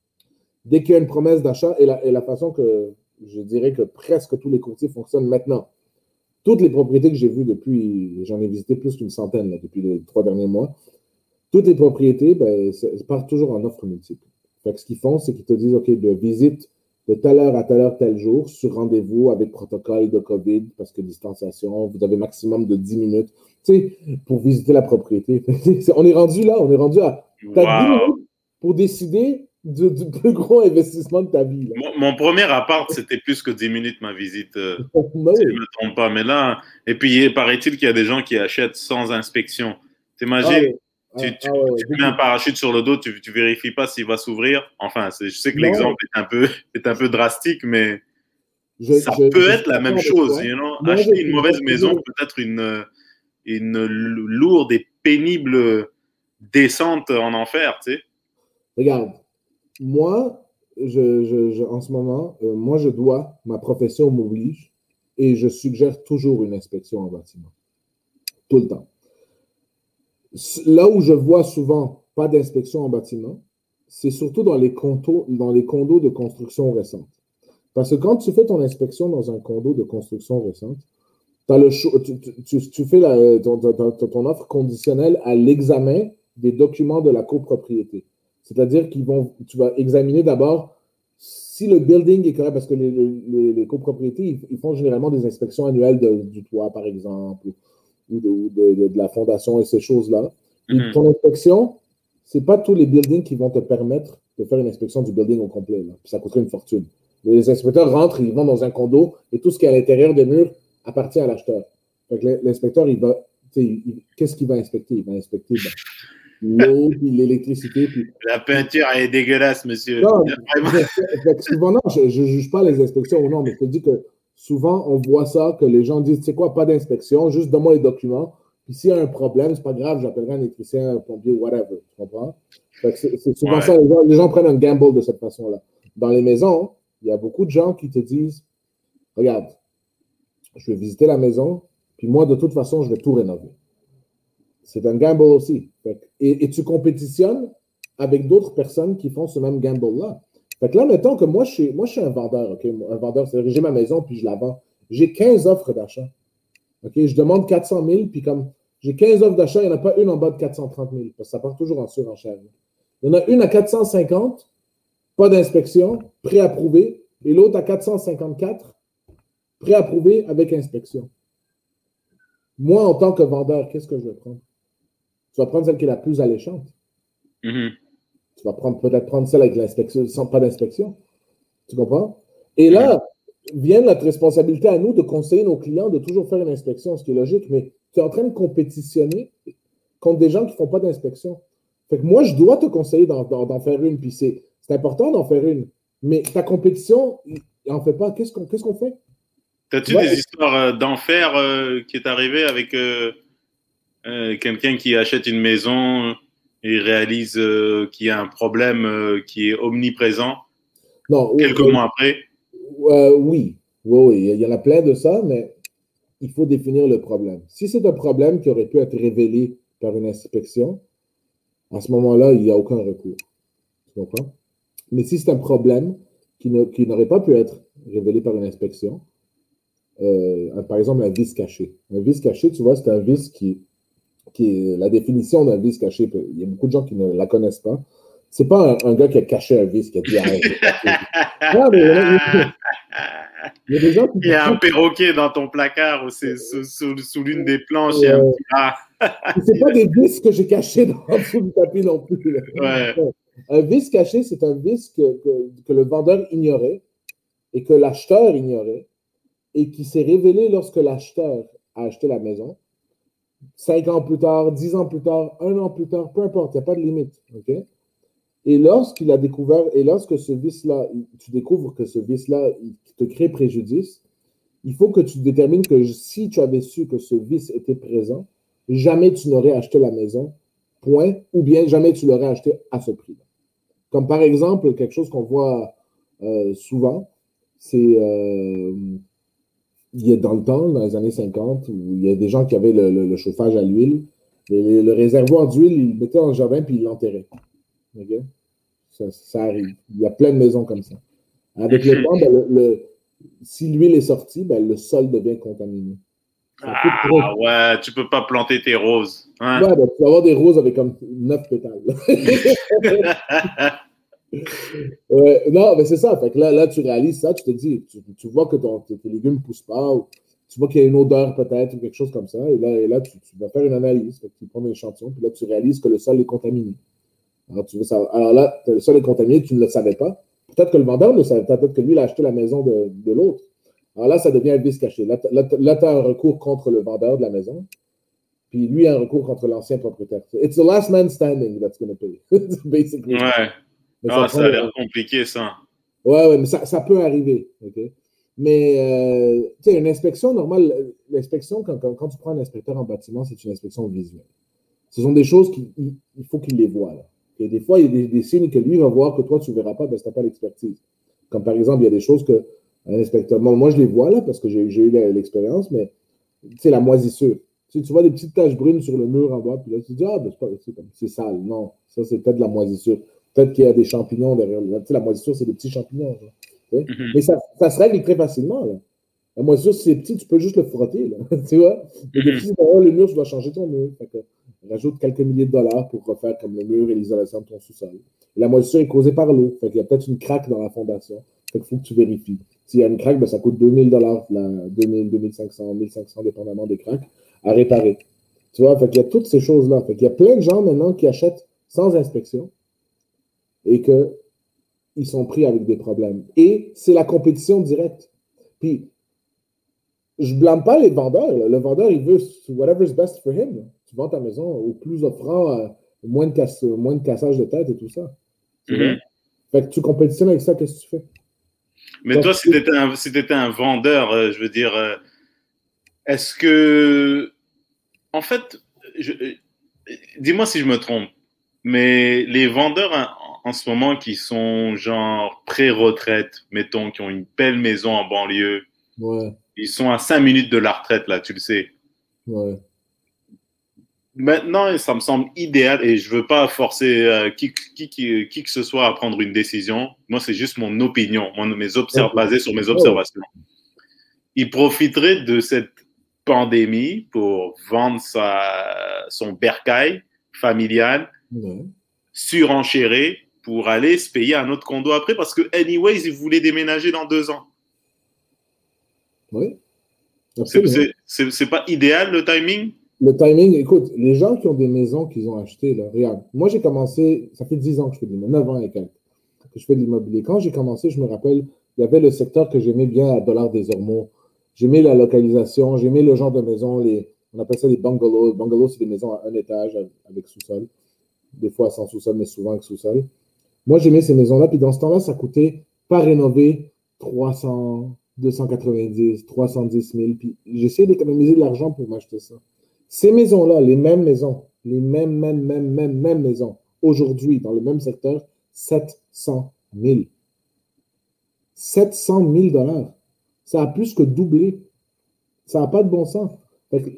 dès qu'il y a une promesse d'achat, et la, et la façon que je dirais que presque tous les courtiers fonctionnent maintenant, toutes les propriétés que j'ai vues depuis, j'en ai visité plus qu'une centaine là, depuis les trois derniers mois, toutes les propriétés, ben, partent toujours en offre multiple. Fait que ce qu'ils font, c'est qu'ils te disent, OK, de visite de telle heure à telle heure, tel jour, sur rendez-vous avec protocole de COVID, parce que distanciation, vous avez maximum de dix minutes, tu sais, pour visiter la propriété. On est rendu là, on est rendu à... Tu as wow. dix minutes pour décider du, du plus gros investissement de ta vie. Là. Mon, mon premier appart, c'était plus que dix minutes ma visite, euh, Ben si oui. je ne me trompe pas. Mais là, et puis paraît-il qu'il y a des gens qui achètent sans inspection. Ah T'imagines, ouais. tu, Ah, tu, ah ouais, ouais, tu mets un beaucoup. parachute sur le dos, tu ne vérifies pas s'il va s'ouvrir. Enfin, c'est- je sais que Non, l'exemple est un peu, est un peu drastique, mais je, ça je, peut je suis être la même d'accord avec chose. toi. You know? Moi, Acheter je une suggère mauvaise maison toujours. peut être une, une lourde et pénible descente en enfer, tu sais. Regarde, moi, je, je, je- en ce moment, euh, moi, je dois, ma profession m'oblige et je suggère toujours une inspection en bâtiment. Tout le temps. Là où je vois souvent pas d'inspection en bâtiment, c'est surtout dans les, condos, dans les condos de construction récente. Parce que quand tu fais ton inspection dans un condo de construction récente, t'as le cho- tu, tu- tu- tu fais la- ton, ton- ton- ton offre conditionnelle à l'examen des documents de la copropriété. C'est-à-dire qu'ils vont, tu vas examiner d'abord si le building est correct, parce que les, les- les copropriétés, ils, ils font généralement des inspections annuelles de- du toit, par exemple, ou de, ou de- de- de la fondation et ces choses-là. Puis Mhm. ton inspection, c'est pas tous les buildings qui vont te permettre de faire une inspection du building au complet. Là. Puis ça coûterait une fortune. Les inspecteurs rentrent, ils vont dans un condo et tout ce qui est à l'intérieur des murs appartient à l'acheteur. Fait que l'inspecteur, il va, tu sais, il- qu'est-ce qu'il va inspecter? Il va inspecter ben, l'eau, puis l'électricité, puis La peinture elle est dégueulasse, monsieur. non, Il y a vraiment- je- fait que souvent, non, je ne juge pas les inspections ou non, mais je te dis que souvent, on voit ça, que les gens disent, tu sais quoi, pas d'inspection, juste donne-moi les documents. Puis s'il y a un problème, c'est pas grave, j'appellerai un électricien, un pompier, whatever. Tu comprends? Fait que c'est c'est souvent Ouais. ça, les gens, les gens prennent un gamble de cette façon-là. Dans les maisons, il y a beaucoup de gens qui te disent, regarde, je vais visiter la maison, puis moi, de toute façon, je vais tout rénover. C'est un gamble aussi. Fait que- et, et tu compétitionnes avec d'autres personnes qui font ce même gamble-là. Fait que là, mettons que moi, je suis, moi, je suis un vendeur, OK? Un vendeur, c'est-à-dire que j'ai ma maison, puis je la vends. J'ai quinze offres d'achat. OK? Je demande quatre cent mille, puis comme j'ai quinze offres d'achat, il n'y en a pas une en bas de quatre cent trente mille, parce que ça part toujours en surenchère. Il y en a une à quatre cent cinquante, pas d'inspection, préapprouvé, et l'autre à quatre cent cinquante-quatre, préapprouvé avec inspection. Moi, en tant que vendeur, qu'est-ce que je vais prendre? Tu vas prendre celle qui est la plus alléchante. Mhm. Tu vas prendre, peut-être prendre celle avec l'inspection, sans pas d'inspection. Tu comprends? Et là, vient notre responsabilité à nous de conseiller nos clients de toujours faire une inspection, ce qui est logique, mais tu es en train de compétitionner contre des gens qui ne font pas d'inspection. Fait que moi, je dois te conseiller d'en, d'en- d'en faire une, puis c'est, c'est important d'en faire une. Mais ta compétition, il n'en fait pas. Qu'est-ce qu'on, qu'est-ce qu'on fait? T'as-tu Tu vois, des histoires euh, d'enfer euh, qui est arrivé avec euh, euh, quelqu'un qui achète une maison et réalise euh, qu'il y a un problème euh, qui est omniprésent non, quelques euh, mois après? euh, oui, oui, oui, il y en a plein de ça, mais il faut définir le problème. Si c'est un problème qui aurait pu être révélé par une inspection, à ce moment-là, il n'y a aucun recours. Tu comprends? Mais si c'est un problème qui, ne, qui n'aurait pas pu être révélé par une inspection, euh, par exemple un vice caché. Un vice caché, tu vois, c'est un vice qui, qui est la définition d'un vice caché. Il y a beaucoup de gens qui ne la connaissent pas. C'est pas un, un gars qui a caché un vice, qui a dit ah, j'ai caché. Non, mais il y, en a, il y a des gens qui Il y a un disent perroquet dans ton placard ou c'est sous, sous, sous l'une des planches, il y a un euh, petit rat. c'est pas des vices que j'ai cachés dans, en dessous du tapis non plus. Là. Ouais. Un vice caché, c'est un vice que, que, que le vendeur ignorait et que l'acheteur ignorait et qui s'est révélé lorsque l'acheteur a acheté la maison. Cinq ans plus tard, dix ans plus tard, un an plus tard, peu importe, il n'y a pas de limite. Okay? Et lorsqu'il a découvert, et lorsque ce vice-là, tu découvres que ce vice-là te crée préjudice, il faut que tu détermines que si tu avais su que ce vice était présent, jamais tu n'aurais acheté la maison, point, ou bien jamais tu l'aurais acheté à ce prix. Comme par exemple, quelque chose qu'on voit euh, souvent, c'est euh, il y a dans le temps, dans les années cinquante, où il y a des gens qui avaient le, le, le chauffage à l'huile, et le, le réservoir d'huile, ils le mettaient dans le jardin puis ils l'enterraient. Okay? Ça, ça arrive. Il y a plein de maisons comme ça. Avec le temps, ben, le, le, si l'huile est sortie, ben, le sol devient contaminé. Ça coûte trop. Ah ouais, tu peux pas planter tes roses. Hein? Ouais, ben, tu vas avoir des roses avec comme neuf pétales. Ouais, non, mais c'est ça. Fait que là, là, tu réalises ça, tu te dis, tu, tu vois que ton, tes, tes légumes ne poussent pas, ou tu vois qu'il y a une odeur peut-être, ou quelque chose comme ça, et là, et là tu, tu vas faire une analyse. Fait que tu prends un échantillon, puis là, tu réalises que le sol est contaminé. Alors, tu veux savoir. Alors là, le sol est contaminé, tu ne le savais pas. Peut-être que le vendeur ne le savait pas, peut-être que lui, il a acheté la maison de, de l'autre. Alors là, ça devient un vice caché. Là, là, là tu as un recours contre le vendeur de la maison, puis lui a un recours contre l'ancien propriétaire. It's the last man standing that's going to pay, basically. Ouais. Mais Ah, ça, ça a l'air compliqué, ça. Ouais, ouais, mais ça, ça peut arriver. Okay? Mais, euh, tu sais, une inspection normale, l'inspection, quand, quand, quand tu prends un inspecteur en bâtiment, c'est une inspection visuelle. Ce sont des choses qu'il il faut qu'il les voit. Là. Et des fois, il y a des, des signes que lui va voir que toi, tu ne verras pas parce que tu n'as pas l'expertise. Comme par exemple, il y a des choses que un inspecteur. Moi, moi je les vois là parce que j'ai eu l'expérience, mais tu sais, la moisissure. Tu, sais, tu vois des petites taches brunes sur le mur en bas, puis là, tu te dis, ah, ben, c'est sale. Non, ça, c'est peut-être de la moisissure. Peut-être qu'il y a des champignons derrière. Tu sais, la moisissure, c'est des petits champignons. Genre, mm-hmm. Mais ça, ça se règle très facilement. Là. La moisissure, si c'est petit, tu peux juste le frotter. Là, tu vois? Mais mm-hmm. Petits, oh, le mur, tu dois changer ton mur. Fait que, rajoute quelques milliers de dollars pour refaire comme le mur et l'isolation de ton sous-sol. La moisissure est causée par l'eau. Fait qu'il y a peut-être une craque dans la fondation. Fait qu'il faut que tu vérifies. S'il y a une craque, ben, ça coûte deux mille dollars, deux mille, deux mille cinq cents, mille cinq cents, dépendamment des craques, à réparer. Tu vois, fait qu'il y a toutes ces choses-là. Fait qu'il y a plein de gens maintenant qui achètent sans inspection et qu'ils sont pris avec des problèmes. Et c'est la compétition directe. Puis, je ne blâme pas les vendeurs. Là. Le vendeur, il veut whatever's best for him. Là. Tu vends ta maison au plus offrant, euh, moins, de casse, moins de cassage de tête et tout ça. Mm-hmm. Fait que tu compétitionnes avec ça, qu'est-ce que tu fais? Mais donc, toi, si tu étais un, si un vendeur, euh, je veux dire, euh, est-ce que, en fait, je, dis-moi si je me trompe, mais les vendeurs en, en ce moment qui sont genre pré-retraite, mettons, qui ont une belle maison en banlieue, ouais. Ils sont à cinq minutes de la retraite, là, tu le sais. Ouais. Maintenant, ça me semble idéal et je ne veux pas forcer euh, qui, qui, qui, qui que ce soit à prendre une décision. Moi, c'est juste mon opinion, mon, mes observ- okay. basée sur mes observations. Il profiterait de cette pandémie pour vendre sa, son bercail familial, ouais. surenchérer pour aller se payer un autre condo après parce que, anyways, il voulait déménager dans deux ans. Oui. C'est, c'est, c'est pas idéal le timing? Le timing, écoute, les gens qui ont des maisons qu'ils ont achetées, là, regarde, moi j'ai commencé, ça fait dix ans que je fais de l'immobilier, neuf ans et quelques, que je fais de l'immobilier. Quand j'ai commencé, je me rappelle, il y avait le secteur que j'aimais bien à Dollars des Ormeaux. J'aimais la localisation, j'aimais le genre de maison, les, on appelle ça des bungalows. Bungalows, c'est des maisons à un étage avec sous-sol. Des fois sans sous-sol, mais souvent avec sous-sol. Moi, j'aimais ces maisons-là, puis dans ce temps-là, ça coûtait, pas rénover, trois cents, deux cent quatre-vingt-dix, trois cent dix mille, puis j'essayais d'économiser de l'argent pour m'acheter ça. Ces maisons-là, les mêmes maisons, les mêmes, mêmes, mêmes, mêmes, mêmes maisons, aujourd'hui, dans le même secteur, sept cent mille. sept cent mille dollars. Ça a plus que doublé. Ça n'a pas de bon sens. Fait que...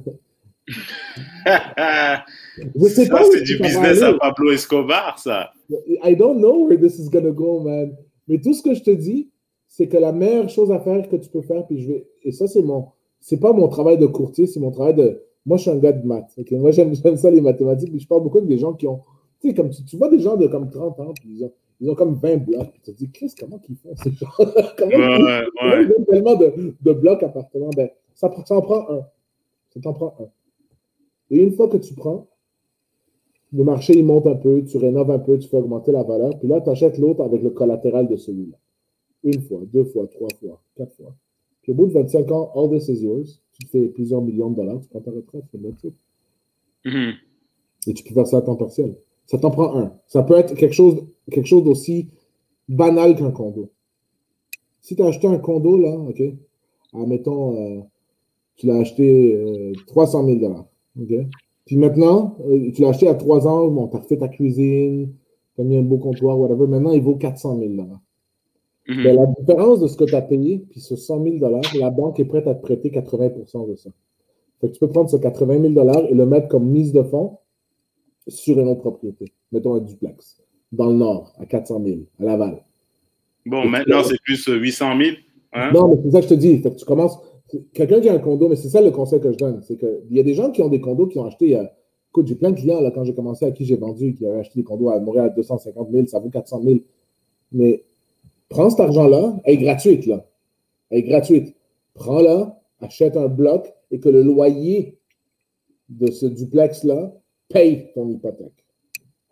Je sais ça, pas c'est du business à Pablo Escobar, ça. I don't know where this is gonna go, man. Mais tout ce que je te dis, c'est que la meilleure chose à faire que tu peux faire, puis je vais... Et ça, c'est mon... C'est pas mon travail de courtier, c'est mon travail de... Moi, je suis un gars de maths. Okay? Moi, j'aime, j'aime ça, les mathématiques, puis je parle beaucoup avec des gens qui ont... Tu sais, comme tu, tu vois des gens de comme trente ans, puis ils ont, ils ont comme vingt blocs. Puis tu te dis, Chris, comment ils font ces gens? Comment ouais, ils, ouais. comment ils ont tellement de, de blocs appartements? Ben, ça, ça en prend un. Ça t'en prend un. Et une fois que tu prends, le marché, il monte un peu, tu rénoves un peu, tu fais augmenter la valeur, puis là, tu achètes l'autre avec le collatéral de celui-là. Une fois, deux fois, trois fois, quatre fois. Puis au bout de vingt-cinq ans, all this is yours. Tu te fais plusieurs millions de dollars, tu prends ta retraite, c'est le truc. Mm-hmm. Et tu peux faire ça à temps partiel. Ça t'en prend un. Ça peut être quelque chose, quelque chose d'aussi banal qu'un condo. Si tu as acheté un condo, là, OK, admettons, euh, tu l'as acheté euh, trois cent mille dollars, OK? Puis maintenant, euh, tu l'as acheté à trois ans, bon, tu as refait ta cuisine, tu as mis un beau comptoir, whatever. Maintenant, il vaut quatre cent mille dollars. Mm-hmm. Ben, la différence de ce que tu as payé, puis ce cent mille dollars, la banque est prête à te prêter quatre-vingts pour cent de ça. Fait que tu peux prendre ce quatre-vingt mille dollars et le mettre comme mise de fonds sur une autre propriété. Mettons un duplex, dans le nord, à quatre cent mille, à Laval. Bon, et maintenant, c'est plus huit cent mille. Hein? Non, mais c'est ça que je te dis. Fait que tu commences... Quelqu'un qui a un condo, mais c'est ça le conseil que je donne, c'est qu'il y a des gens qui ont des condos qui ont acheté... Euh... Écoute, j'ai plein de clients, là, quand j'ai commencé, à qui j'ai vendu, qui avaient acheté des condos à Montréal à deux cent cinquante mille, ça vaut quatre cent mille. Mais prends cet argent-là, elle est gratuite, là. Elle est gratuite. Prends-la, achète un bloc et que le loyer de ce duplex-là paye ton hypothèque.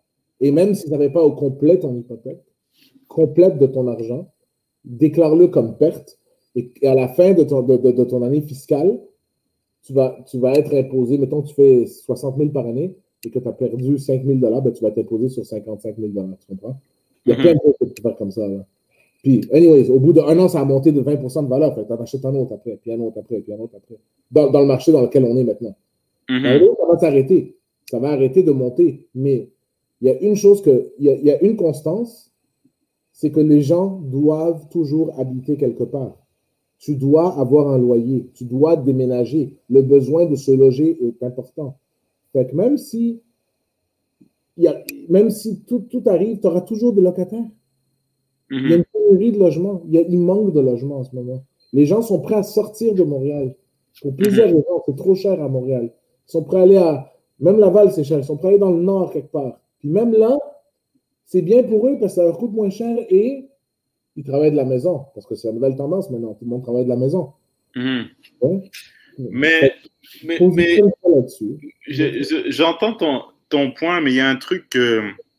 Et même si ça n'avait pas au complet ton hypothèque, complète de ton argent, déclare-le comme perte. Et à la fin de ton, de, de, de ton année fiscale, tu vas, tu vas être imposé, mettons que tu fais soixante mille par année et que tu as perdu cinq mille dollars, ben tu vas t'imposer sur cinquante-cinq mille dollars, tu comprends? Il y a mm-hmm. plein de choses que tu peux faire comme ça. Là. Puis, anyways, au bout d'un an, ça a monté de vingt pour cent de valeur. Fait que tu en achètes un autre après, puis un autre après, puis un autre après. Dans, dans le marché dans lequel on est maintenant. Mm-hmm. Alors, ça va s'arrêter. Ça va arrêter de monter. Mais il y a une chose que, il y a, il y a une constance, c'est que les gens doivent toujours habiter quelque part. Tu dois avoir un loyer. Tu dois déménager. Le besoin de se loger est important. Fait que même si, il y a, même si tout, tout arrive, tu auras toujours des locataires. Mm-hmm. Il y a une pénurie de logements. Il, y a, il manque de logements en ce moment. Les gens sont prêts à sortir de Montréal. Pour plusieurs mm-hmm. raisons, c'est trop cher à Montréal. Ils sont prêts à aller à... Même Laval, c'est cher. Ils sont prêts à aller dans le nord quelque part. Puis même là, c'est bien pour eux parce que ça leur coûte moins cher et ils travaillent de la maison. Parce que c'est la nouvelle tendance maintenant. Tout le monde travaille de la maison. Mm-hmm. Ouais. Mais, mais, mais je, je, j'entends ton, ton point, mais il y a un truc que...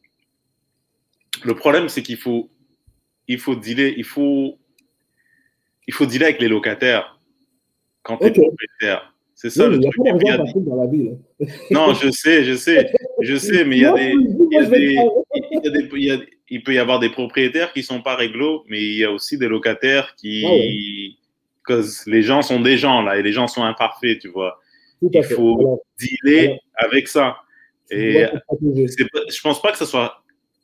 Le problème, c'est qu'il faut... Il faut dealer, il faut, il faut dealer avec les locataires quand tu es okay. propriétaire. C'est ça oui, le truc. Il y a pas dans la vie, là. Non, je sais, je sais, je sais, mais il y a des, il y a des, il y a des, il y a, il peut y avoir des propriétaires qui sont pas réglo, mais il y a aussi des locataires qui, ah ouais. Cause les gens sont des gens là et les gens sont imparfaits, tu vois. Tout il faut alors, dealer alors, avec ça. Et c'est, je pense pas que ça soit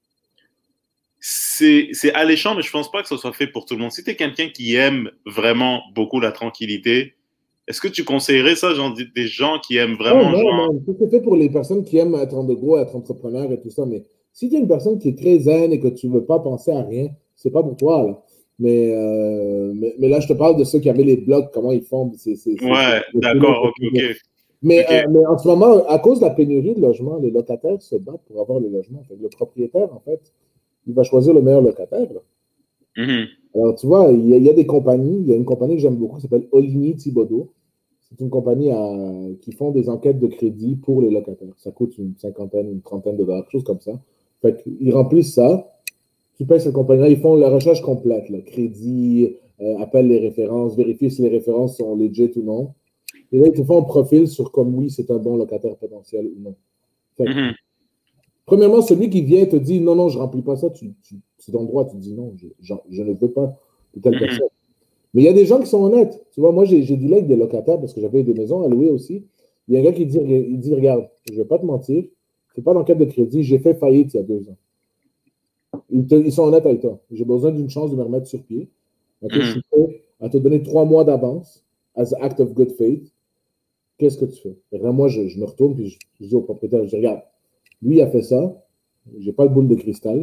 C'est, c'est alléchant, mais je pense pas que ça soit fait pour tout le monde. Si tu es quelqu'un qui aime vraiment beaucoup la tranquillité, est-ce que tu conseillerais ça, genre des gens qui aiment vraiment... Non, non, genre... non. C'est fait pour les personnes qui aiment être en de gros, être entrepreneur et tout ça. Mais si tu es une personne qui est très zen et que tu ne veux pas penser à rien, c'est pas pour toi, là. Mais, euh, mais, mais là, je te parle de ceux qui avaient les blocs, comment ils font. C'est, c'est, c'est, ouais, c'est, d'accord, ok, ok. Mais, okay. Euh, mais en ce moment, à cause de la pénurie de logements, les locataires se battent pour avoir le logement. Le propriétaire, en fait, il va choisir le meilleur locataire. Mm-hmm. Alors, tu vois, il y, a, il y a des compagnies, il y a une compagnie que j'aime beaucoup qui s'appelle Oligny Thibodeau. C'est une compagnie à, qui font des enquêtes de crédit pour les locataires. Ça coûte une cinquantaine, une trentaine de dollars, quelque chose comme ça. Fait qu'ils remplissent ça. Tu payes cette compagnie-là, ils font la recherche complète. Là. Crédit, euh, appellent les références, vérifient si les références sont legit ou non. Et là, ils te font un profil sur comme oui, c'est un bon locataire potentiel ou non. Fait que, mm-hmm. Premièrement, celui qui vient te dit non, non, je ne remplis pas ça, tu, tu, c'est ton droit, tu dis non, je, je, je ne veux pas de telle mm-hmm. personne. Mais il y a des gens qui sont honnêtes. Tu vois, moi, j'ai, j'ai dealé avec des locataires parce que j'avais des maisons à louer aussi. Il y a un gars qui dit, il dit regarde, je ne vais pas te mentir, c'est pas d'enquête de crédit, j'ai fait faillite il y a deux ans. Ils, te, ils sont honnêtes avec toi. J'ai besoin d'une chance de me remettre sur pied. Okay, mm-hmm. Je suis prêt à te donner trois mois d'avance as an act of good faith. Qu'est-ce que tu fais? Là, moi, je, je me retourne et je, je dis au propriétaire, je dis regarde, lui a fait ça, j'ai pas de boule de cristal,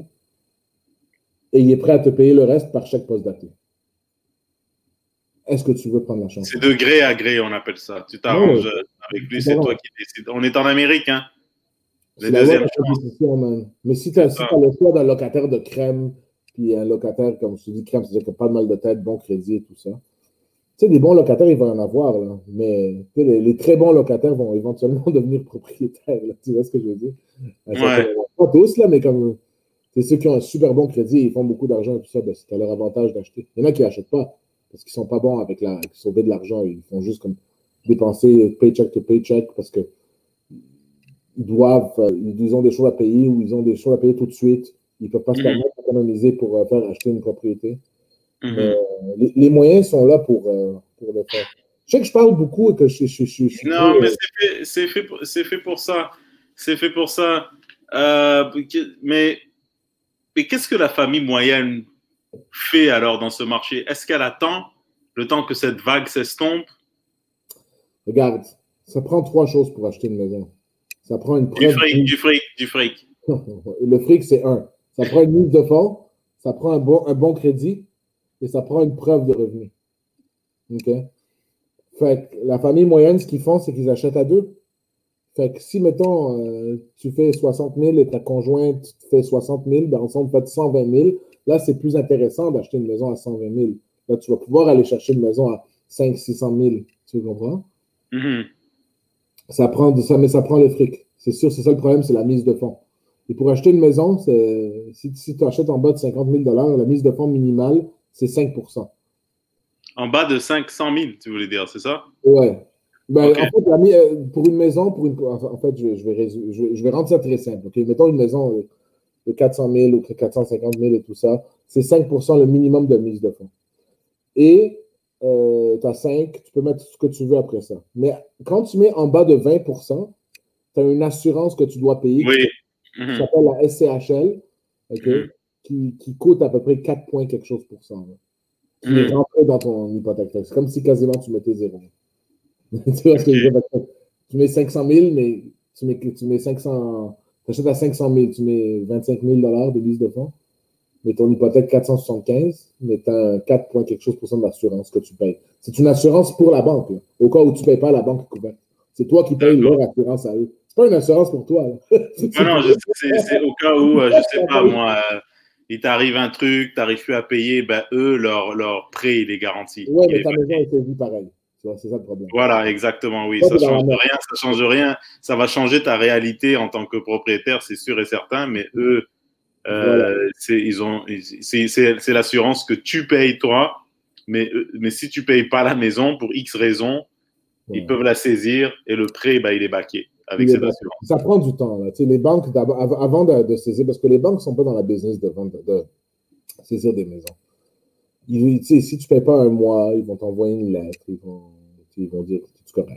et il est prêt à te payer le reste par chèque post-daté. Est-ce que tu veux prendre la chance? C'est de gré à gré, on appelle ça. Tu t'arranges non, avec lui, c'est toi qui décides. On est en Amérique, hein? Les deuxièmes chances. Mais si tu as si le choix d'un locataire de crème, puis un locataire, comme je te dis, crème, c'est-à-dire qu'il n'y a pas de mal de tête, bon crédit et tout ça. Tu sais, des bons locataires, il va y en avoir, là. Mais les, les très bons locataires vont éventuellement devenir propriétaires, là. Tu vois ce que je veux dire? Ouais. Pas tous, là, mais comme c'est ceux qui ont un super bon crédit, ils font beaucoup d'argent et tout ça, ben, c'est à leur avantage d'acheter. Il y en a qui n'achètent pas parce qu'ils ne sont pas bons avec la, qui sauver de l'argent. Ils font juste comme dépenser paycheck to paycheck parce que ils doivent, ils ont des choses à payer ou ils ont des choses à payer tout de suite. Ils ne peuvent pas mm-hmm. se permettre d'économiser pour faire acheter une propriété. Mm-hmm. Mais, euh, les, les moyens sont là pour, euh, pour le faire. Je sais que je parle beaucoup et que je, je, je, je suis. Non, très, mais c'est fait, c'est, fait pour, c'est fait pour ça. C'est fait pour ça. Euh, mais, mais qu'est-ce que la famille moyenne fait alors dans ce marché? Est-ce qu'elle attend le temps que cette vague s'estompe? Regarde, ça prend trois choses pour acheter une maison. Ça prend une preuve. Du fric, du fric, du fric. Le fric, c'est un. Ça prend une mise de fonds, ça prend un bon, un bon crédit et ça prend une preuve de revenu. OK? Fait que la famille moyenne, ce qu'ils font, c'est qu'ils achètent à deux. Fait que si, mettons, euh, tu fais soixante mille et ta conjointe fait soixante mille, ben ensemble, vous faites cent vingt mille. Là, c'est plus intéressant d'acheter une maison à cent vingt mille. Là, tu vas pouvoir aller chercher une maison à cinq cents, six cent mille. Tu comprends? Mm-hmm. Ça prend de ça, mais ça prend le fric. C'est sûr, c'est ça le problème, c'est la mise de fonds. Et pour acheter une maison, si, si tu achètes en bas de cinquante mille dollars, la mise de fonds minimale, c'est cinq pour cent. En bas de cinq cent mille, tu voulais dire, c'est ça? Ouais. Ben, okay. En fait, la, pour une maison, pour une, en fait, je, je, vais, je, vais, je vais rendre ça très simple. Okay? Mettons une maison de quatre cent mille ou quatre cent cinquante mille et tout ça, c'est cinq pour cent le minimum de mise de fonds. Et euh, tu as cinq, tu peux mettre ce que tu veux après ça. Mais quand tu mets en bas de vingt pour cent, tu as une assurance que tu dois payer oui. qui, mm-hmm. qui s'appelle la S C H L, okay, mm-hmm. qui, qui coûte à peu près quatre points quelque chose pour cent. Là, qui mm-hmm. est rentré dans ton hypothèque. C'est comme si quasiment tu mettais zéro. tu vois okay. ce que je veux dire? Tu mets cinq cent mille, mais tu mets, tu mets cinq cents, tu achètes à cinq cent mille, tu mets vingt-cinq mille dollars de mise de fonds, mais ton hypothèque quatre cent soixante-quinze, mais tu as quatre points quelque chose pour cent d'assurance que tu payes. C'est une assurance pour la banque. Là. Au cas où tu ne payes pas, la banque est couverte. C'est toi qui payes leur assurance à eux. C'est pas une assurance pour toi. Non, non, je sais, c'est au cas où, euh, je sais pas, moi, euh, il t'arrive un truc, tu n'arrives plus à payer, ben eux, leur, leur prêt, il est garanti. Oui, mais ta maison est saisie pareil. C'est ça le problème. Voilà, exactement, oui. Ça ne change rien, ça change rien. Ça va changer ta réalité en tant que propriétaire, c'est sûr et certain, mais eux, euh, voilà. c'est, ils ont, c'est, c'est, c'est l'assurance que tu payes toi, mais, mais si tu ne payes pas la maison pour X raisons, ouais. ils peuvent la saisir et le prêt, ben, il est baqué avec cette assurance. Ça prend du temps. Là. Tu sais, les banques, avant de, de saisir, parce que les banques ne sont pas dans la business de, vendre, de saisir des maisons. Ils, tu sais, si tu ne payes pas un mois, ils vont t'envoyer une lettre, ils vont, ils vont dire que tu es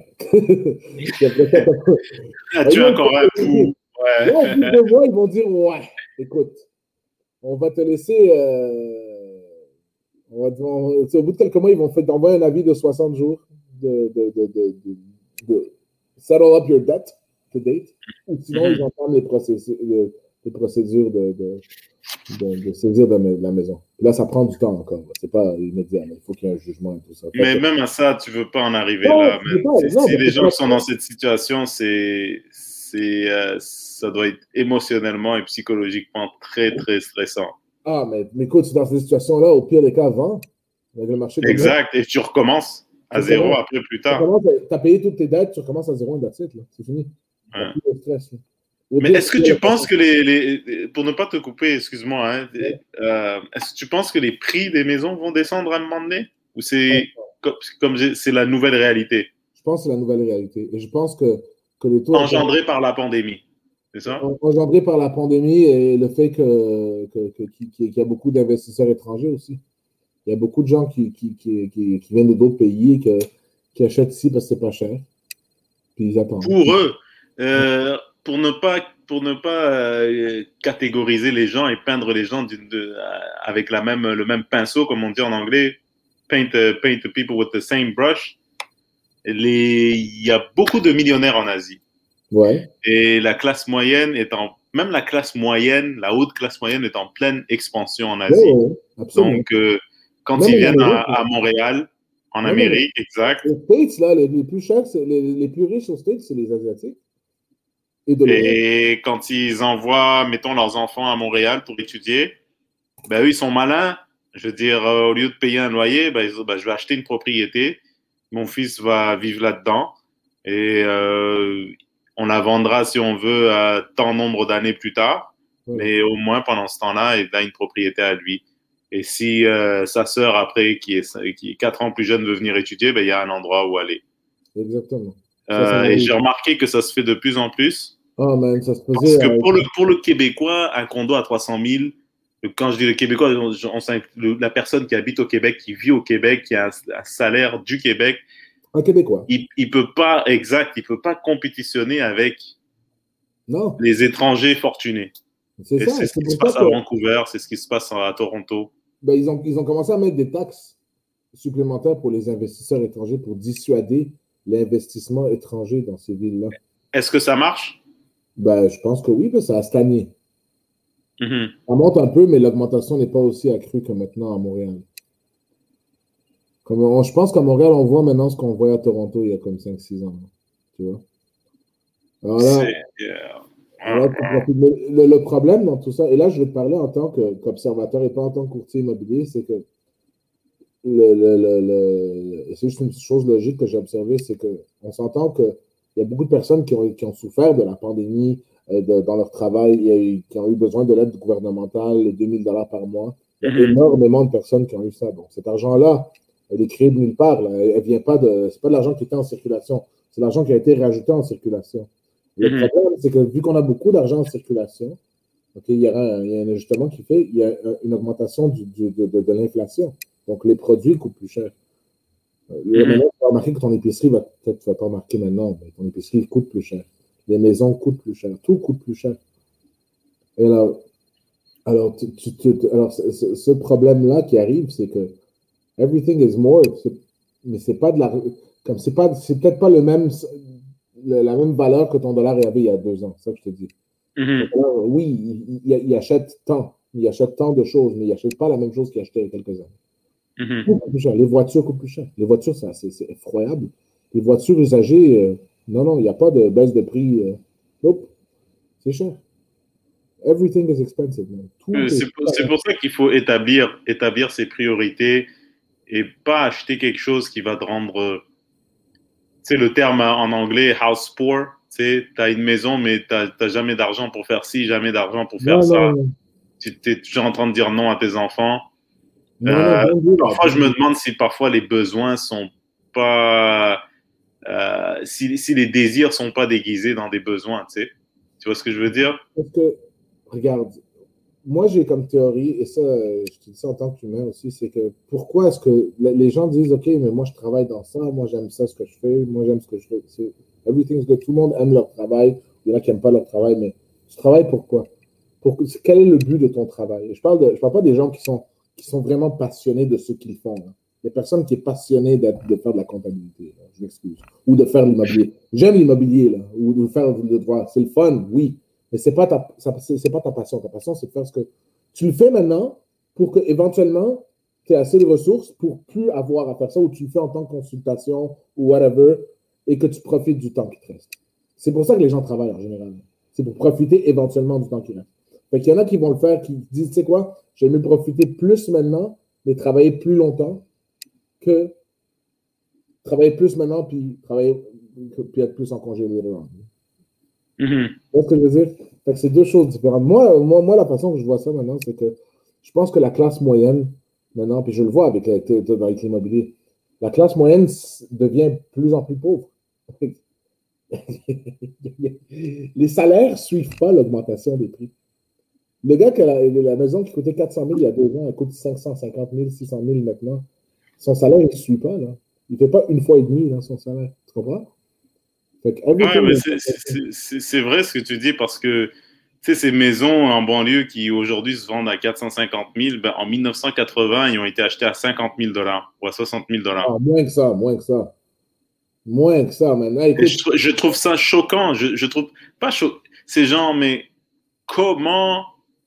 correct. Ah, tu as encore un coup. Ouais. Ouais, puis deux mois, ils vont dire ouais, écoute, on va te laisser. Euh, on va, on, au bout de quelques mois, ils vont t'envoyer un avis de soixante jours de, de, de, de, de, de settle up your debt to date. Ou sinon, mm-hmm. ils entament les procédures, les, les procédures de, de, de, de saisir de, de la maison. Et là, ça prend du temps encore. C'est pas immédiat. Il faut qu'il y ait un jugement et tout ça. Mais que... même à ça, tu veux pas en arriver non, là. Même. Pas, si, non, si les gens pas... sont dans cette situation, c'est, c'est, euh, ça doit être émotionnellement et psychologiquement très, très stressant. Ah, mais, mais écoute, dans ces situations-là, au pire des cas, avant, avec le marché. Exact. Et tu recommences à tu zéro recommences, après plus tard. Tu as payé toutes tes dettes, tu recommences à zéro et that's it, là. C'est fini. Hein. Plus de stress, là. Mais est-ce que tu penses que les, les, pour ne pas te couper, excuse-moi, hein, euh, est-ce que tu penses que les prix des maisons vont descendre à un moment donné? Ou c'est comme, comme c'est la nouvelle réalité? Je pense que c'est la nouvelle réalité. Et je pense que, que les taux... Engendrés par la pandémie, c'est ça? Engendrés par la pandémie et le fait que, que, que, qu'il y a beaucoup d'investisseurs étrangers aussi. Il y a beaucoup de gens qui, qui, qui, qui, qui viennent de d'autres pays et que, qui achètent ici parce que c'est pas cher. Puis ils attendent. Pour eux, euh, pour ne pas, pour ne pas euh, catégoriser les gens et peindre les gens de, de, avec la même, le même pinceau, comme on dit en anglais, paint, uh, paint the people with the same brush. Les, il y a beaucoup de millionnaires en Asie. Ouais. Et la classe moyenne est en, même la classe moyenne, la haute classe moyenne est en pleine expansion en Asie. Ouais, ouais, absolument. Donc, euh, quand non, ils viennent à, à Montréal, en non, Amérique, mais, exact. Les States, là, les, les plus chers, les, les plus riches aux States, c'est les Asiatiques. Et, et quand ils envoient, mettons, leurs enfants à Montréal pour étudier, ben eux, ils sont malins. Je veux dire, euh, au lieu de payer un loyer, ben, ils disent, ben, je vais acheter une propriété. Mon fils va vivre là-dedans. Et euh, on la vendra, si on veut, à tant nombre d'années plus tard. Ouais. Mais au moins, pendant ce temps-là, il a une propriété à lui. Et si euh, sa sœur, après, qui est, qui est quatre ans plus jeune, veut venir étudier, ben, il y a un endroit où aller. Exactement. Euh, ça, ça et j'ai remarqué que ça se fait de plus en plus. Oh man, ça se faisait. Parce que pour le, pour le Québécois, un condo à trois cent mille, quand je dis le Québécois, on, on, la personne qui habite au Québec, qui vit au Québec, qui a un, un salaire du Québec, un Québécois. Il ne peut pas, exact, il peut pas compétitionner avec non. les étrangers fortunés. C'est et ça. C'est ce qui se passe que... à Vancouver, c'est ce qui se passe à Toronto. Ben, ils, ont, ils ont commencé à mettre des taxes supplémentaires pour les investisseurs étrangers pour dissuader l'investissement étranger dans ces villes-là. Est-ce que ça marche? Ben, je pense que oui, parce que ça a stagné. Mm-hmm. Ça monte un peu, mais l'augmentation n'est pas aussi accrue que maintenant à Montréal. Comme on, je pense qu'à Montréal, on voit maintenant ce qu'on voyait à Toronto il y a comme cinq six ans. Tu vois? Alors là, yeah. alors là le, le problème dans tout ça, et là, je vais te parler en tant que, qu'observateur et pas en tant que courtier immobilier, c'est que le, le, le, le, c'est juste une chose logique que j'ai observée, c'est qu'on s'entend qu'il y a beaucoup de personnes qui ont, qui ont souffert de la pandémie, euh, de, dans leur travail et qui ont eu besoin de l'aide gouvernementale, les deux mille dollars par mois. Il y a Mhm. énormément de personnes qui ont eu ça. Donc, cet argent-là, elle est créée de nulle part. Là. Elle, elle vient pas de. C'est pas de l'argent qui était en circulation. C'est l'argent qui a été rajouté en circulation. Le Mhm. problème, c'est que vu qu'on a beaucoup d'argent en circulation, okay, il, y aura un, il y a un ajustement qui fait, il y a une augmentation du, du, de, de, de l'inflation. Donc, les produits coûtent plus cher. Le Mhm. maintenant, tu vas remarquer que ton épicerie va peut-être, tu vas pas remarquer maintenant, mais ton épicerie coûte plus cher. Les maisons coûtent plus cher. Tout coûte plus cher. Et là, alors, tu, tu, tu, alors ce, ce, ce problème-là qui arrive, c'est que everything is more, c'est, mais c'est pas de la, comme c'est pas, c'est peut-être pas le même, le, la même valeur que ton dollar avait il y a deux ans. C'est ça que je te dis. Mhm. Alors, oui, il, il, il achète tant, il achète tant de choses, mais il n'achète pas la même chose qu'il achetait il y a quelques années. Mhm. Tout coûte plus cher. Les voitures coûtent plus cher. Les voitures, ça, c'est, c'est effroyable. Les voitures usagées, euh, non, non, il n'y a pas de baisse de prix. Euh, nope, c'est cher. Everything is expensive, man. Tout Euh, est C'est pour, c'est pour ça qu'il faut établir, établir ses priorités et pas acheter quelque chose qui va te rendre, tu sais, le terme en anglais, house poor. Tu sais, as une maison, mais tu n'as jamais d'argent pour faire ci, jamais d'argent pour faire non, ça. non, non. Tu es toujours en train de dire non à tes enfants. Non, non, Euh, don't do that. parfois, je me demande si parfois les besoins sont pas, euh, si, si les désirs sont pas déguisés dans des besoins, tu sais. Tu vois ce que je veux dire? Parce que, regarde, moi j'ai comme théorie, et ça, euh, je te dis ça en tant qu'humain aussi, c'est que pourquoi est-ce que le- les gens disent, OK, mais moi je travaille dans ça, moi j'aime ça ce que je fais, moi j'aime ce que je fais. C'est, everything's good. Tout le monde aime leur travail. Il y en a qui n'aiment pas leur travail, mais tu travailles pourquoi? Pour, quel est le but de ton travail? Je parle de, je parle pas des gens qui sont, qui sont vraiment passionnés de ce qu'ils font. Hein. Des personnes qui sont passionnées de, de faire de la comptabilité, là, je m'excuse, ou de faire l'immobilier. J'aime l'immobilier, là, ou de faire le droit. C'est le fun, oui, mais c'est pas ta, c'est, c'est pas ta passion. Ta passion, c'est de faire ce que tu le fais maintenant pour que éventuellement tu aies assez de ressources pour plus avoir à faire ça, ou tu le fais en tant que consultation ou whatever, et que tu profites du temps qui te reste. C'est pour ça que les gens travaillent en général. C'est pour profiter éventuellement du temps qui reste. Fait qu'il y en a qui vont le faire, qui disent, tu sais quoi, j'aime mieux profiter plus maintenant, mais travailler plus longtemps que travailler plus maintenant, puis travailler, puis être plus en congé later on. Mhm. Tu vois ce que je veux dire? Fait que c'est deux choses différentes. Moi, moi, moi, la façon que je vois ça maintenant, c'est que je pense que la classe moyenne, maintenant, puis je le vois avec, avec, avec l'immobilier, la classe moyenne devient de plus en plus pauvre. Les salaires ne suivent pas l'augmentation des prix. Le gars qui a la, la maison qui coûtait quatre cent mille il y a deux ans, elle coûte cinq cent cinquante mille, six cent mille maintenant. Son salaire, il ne suit pas. Là. Il ne fait pas une fois et demie là, son salaire. Tu comprends? Fait que Ouais, mais everything c'est, c'est, c'est, c'est vrai ce que tu dis parce que, tu sais, ces maisons en banlieue qui aujourd'hui se vendent à quatre cent cinquante mille, ben, en mille neuf cent quatre-vingts, ils ont été achetés à cinquante mille dollars ou à soixante mille dollars. ah, moins que ça, moins que ça. Moins que ça, maintenant. Et Écoute, je, je trouve ça choquant. Je, je trouve pas choquant. Ces gens, mais comment.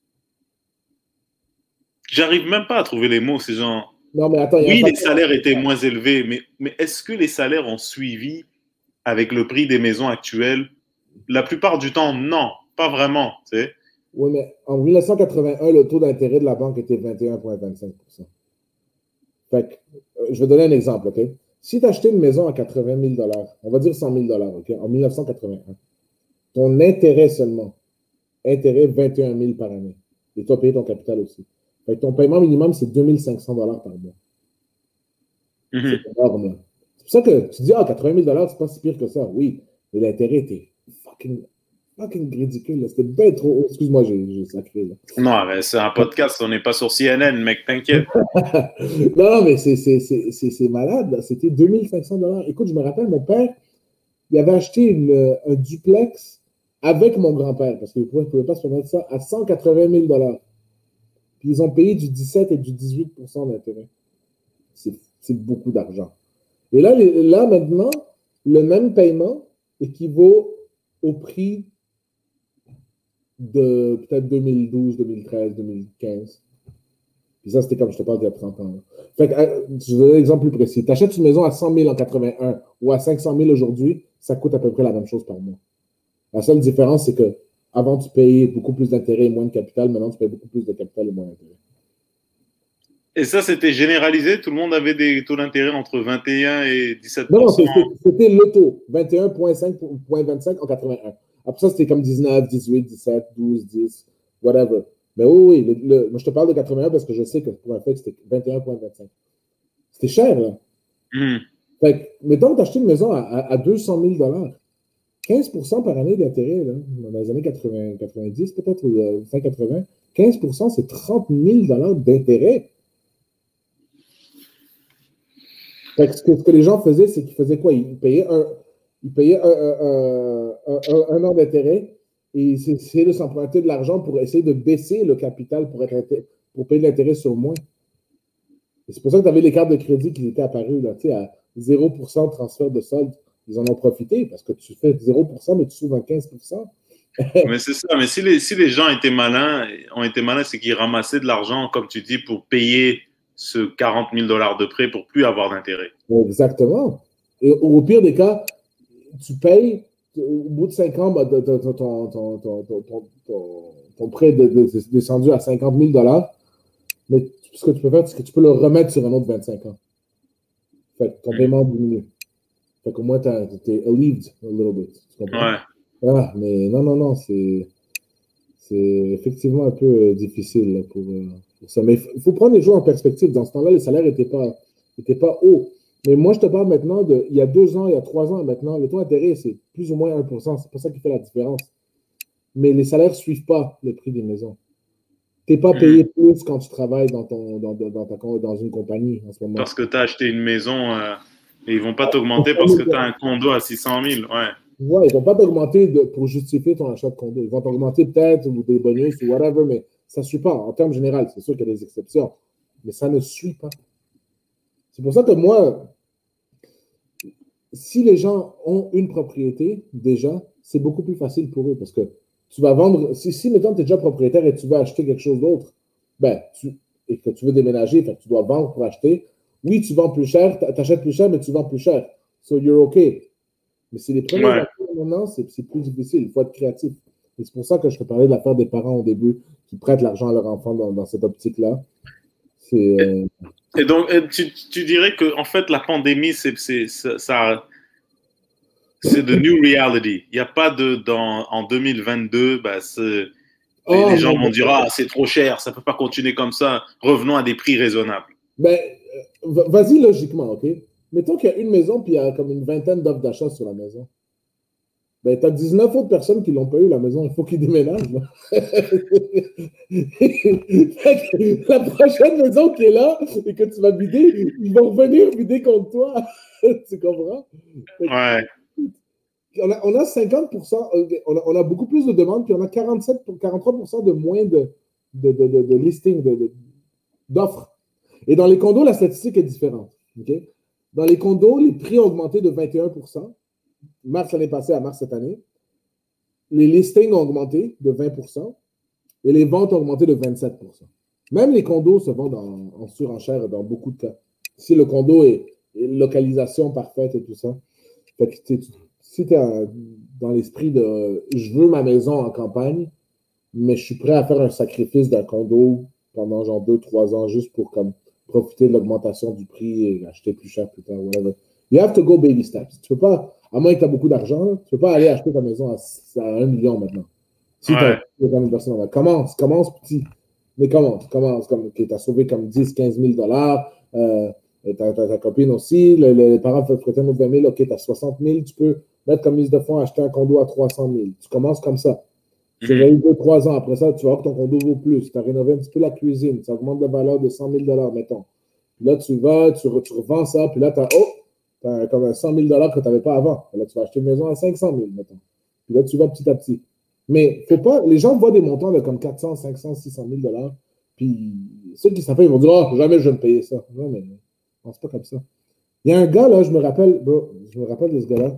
J'arrive même pas à trouver les mots, ces gens. non, mais attends, il y a un Oui, les facteur. salaires étaient moins élevés, mais, mais est-ce que les salaires ont suivi avec le prix des maisons actuelles? La plupart du temps, non, pas vraiment. Tu sais. Oui, mais en mille neuf cent quatre-vingt-un, le taux d'intérêt de la banque était vingt et un virgule vingt-cinq pour cent. Fait que, euh, je vais donner un exemple, OK? Si tu achetais une maison à quatre-vingt mille dollars, on va dire cent mille dollars, OK, en mille neuf cent quatre-vingt-un, ton intérêt seulement, intérêt vingt et un mille par année. Et tu as payé ton capital aussi. Fait que ton paiement minimum, c'est deux mille cinq cents dollars par mois. Mm-hmm. C'est énorme, là. C'est pour ça que tu dis, ah, quatre-vingt mille dollars, c'est pas si pire que ça. Oui, mais l'intérêt était fucking, fucking ridicule. Là. C'était bien trop haut. Excuse-moi, j'ai, j'ai sacré. Là. Non, mais c'est un podcast, on n'est pas sur C N N, mec, t'inquiète. non, non, mais c'est, c'est, c'est, c'est, c'est malade. Là. C'était deux mille cinq cents dollars. Écoute, je me rappelle, mon père, il avait acheté une, un duplex avec mon grand-père, parce qu'il ne pouvait, pouvait pas se permettre ça, à cent quatre-vingt mille dollars. Puis ils ont payé du dix-sept et du dix-huit pour cent d'intérêt. C'est, c'est beaucoup d'argent. Et là, là, maintenant, le même paiement équivaut au prix de peut-être deux mille douze, deux mille treize, deux mille quinze. Puis ça, c'était comme je te parle il y a trente ans. Là. Fait que, je vais donner un exemple plus précis. Tu achètes une maison à cent mille en quatre-vingt-un ou à cinq cent mille aujourd'hui, ça coûte à peu près la même chose par mois. La seule différence, c'est que avant, tu payais beaucoup plus d'intérêt et moins de capital. Maintenant, tu payes beaucoup plus de capital et moins d'intérêt. Et ça, c'était généralisé? Tout le monde avait des taux d'intérêt entre vingt et un et dix-sept pour cent? Non, non, c'était, c'était le taux, vingt et un virgule cinq en quatre-vingt-un. Après ça, c'était comme dix-neuf, dix-huit, dix-sept, douze, dix, whatever. Mais oui, oui, le, le, moi je te parle de quatre-vingt-un parce que je sais que pour un fait, c'était vingt et un virgule vingt-cinq. C'était cher, là. Mm. Fait que, mettons que tu as acheté une maison à, à, à deux cent mille dollars. quinze pour cent par année d'intérêt, là, dans les années quatre-vingts, quatre-vingt-dix, peut-être, ou euh, fin quatre-vingts. quinze pour cent, c'est trente mille dollars d'intérêt. Fait que ce, que ce que les gens faisaient, c'est qu'ils faisaient quoi? Ils payaient un, ils payaient un, un, un, un, un an d'intérêt et ils essayaient de s'emprunter de l'argent pour essayer de baisser le capital pour, être, pour payer de l'intérêt sur moins. Et c'est pour ça que tu avais les cartes de crédit qui étaient apparues là, à zéro pour cent de transfert de solde. Ils en ont profité parce que tu fais zéro pour cent, mais tu sauves un quinze pour cent. Mais c'est ça. Mais si les, si les gens étaient malins, ont été malins, c'est qu'ils ramassaient de l'argent, comme tu dis, pour payer ce quarante mille dollars de prêt pour plus avoir d'intérêt. Exactement. Et au pire des cas, tu payes, au bout de cinq ans, bah, ton, ton, ton, ton, ton prêt est descendu à cinquante mille dollars. Mais ce que tu peux faire, c'est que tu peux le remettre sur un autre vingt-cinq ans. Fait que ton mmh. paiement diminue. Fait qu'au moins, tu es relieved a little bit. Tu comprends? Ouais. Ah, mais non, non, non, c'est effectivement un peu euh, difficile là, pour, euh, pour ça. Mais il faut prendre les choses en perspective. Dans ce temps-là, les salaires n'étaient pas, étaient pas hauts. Mais moi, je te parle maintenant de, il y a deux ans, il y a trois ans maintenant, le taux d'intérêt, c'est plus ou moins un pour cent. C'est pas ça qui fait la différence. Mais les salaires ne suivent pas le prix des maisons. Tu n'es pas payé plus quand tu travailles dans, ton, dans, dans, ta, dans une compagnie en ce moment. Parce que tu as acheté une maison euh, et ils ne vont pas t'augmenter parce que tu as un condo à six cent mille. Ouais. Ouais, ils ne vont pas t'augmenter pour justifier ton achat de condo. Ils vont t'augmenter peut-être ou des bonus ou whatever, mais ça ne suit pas. En termes généraux, c'est sûr qu'il y a des exceptions, mais ça ne suit pas. C'est pour ça que moi, si les gens ont une propriété, déjà, c'est beaucoup plus facile pour eux parce que tu vas vendre, si, si mettons, tu es déjà propriétaire et tu veux acheter quelque chose d'autre, ben, tu, et que tu veux déménager, fait que tu dois vendre pour acheter, oui, tu vends plus cher, tu achètes plus cher, mais tu vends plus cher. So, you're okay. Mais c'est les premiers ouais. acteurs maintenant, c'est plus difficile. Il faut être créatif. Et c'est pour ça que je te parlais de l'affaire des parents au début qui prêtent l'argent à leur enfant dans, dans cette optique-là. C'est. Euh... Et donc, tu, tu dirais que en fait, la pandémie, c'est ça. C'est de new reality. Il n'y a pas de dans en deux mille vingt-deux, bah, les, oh, les gens vont dire ah c'est trop cher, ça peut pas continuer comme ça. Revenons à des prix raisonnables. Ben, vas-y logiquement, ok. Mettons qu'il y a une maison puis il y a comme une vingtaine d'offres d'achat sur la maison. Ben, tu as dix-neuf autres personnes qui l'ont pas eu, la maison. Il faut qu'ils déménagent. La prochaine maison qui est là et que tu vas vider, ils vont revenir vider contre toi. Tu comprends? Ouais. On a, on a cinquante pour cent, on a, on a beaucoup plus de demandes, puis on a quarante-sept, quarante-trois pour cent de moins de, de, de, de, de listings, d'offres. Et dans les condos, la statistique est différente. Okay? Dans les condos, les prix ont augmenté de vingt et un pour cent. Mars l'année passée à mars cette année. Les listings ont augmenté de vingt pour cent et les ventes ont augmenté de vingt-sept pour cent. Même les condos se vendent en, en surenchère dans beaucoup de cas. Si le condo est, est localisation parfaite et tout ça. Fait que tu, si tu es dans l'esprit de je veux ma maison en campagne, mais je suis prêt à faire un sacrifice d'un condo pendant genre deux, trois ans juste pour comme, profiter de l'augmentation du prix et l'acheter plus cher plus tard. Whatever. You have to go baby steps. Tu peux pas, à moins que tu aies beaucoup d'argent, tu peux pas aller acheter ta maison à, à un million maintenant. Si ouais. tu as une personne, commence, commence petit. Mais commence, commence. Comme, okay, tu as sauvé comme dix, quinze mille dollars. Euh, ta, ta, ta copine aussi. Le, le, les parents peuvent prêter un autre vingt mille. OK, tu as soixante mille. Tu peux mettre comme mise de fonds, acheter un condo à trois cent mille. Tu commences comme ça. Tu vas eu deux, trois ans. Après ça, tu vas voir que ton condo vaut plus. Tu as rénové un petit peu la cuisine. Ça augmente de valeur de cent mille dollars, mettons. Puis là, tu vas, tu, tu revends ça. Puis là, tu as, oh, tu as comme un cent mille dollars que tu n'avais pas avant. Puis là, tu vas acheter une maison à cinq cent mille, mettons. Puis là, tu vas petit à petit. Mais faut pas, les gens voient des montants de comme quatre cents, cinq cents, six cent mille dollars. Puis ceux qui savent, ils vont dire, oh, jamais je vais me payer ça. Non, mais non, c'est pas comme ça. Il y a un gars, là, je me rappelle, bro, je me rappelle de ce gars-là.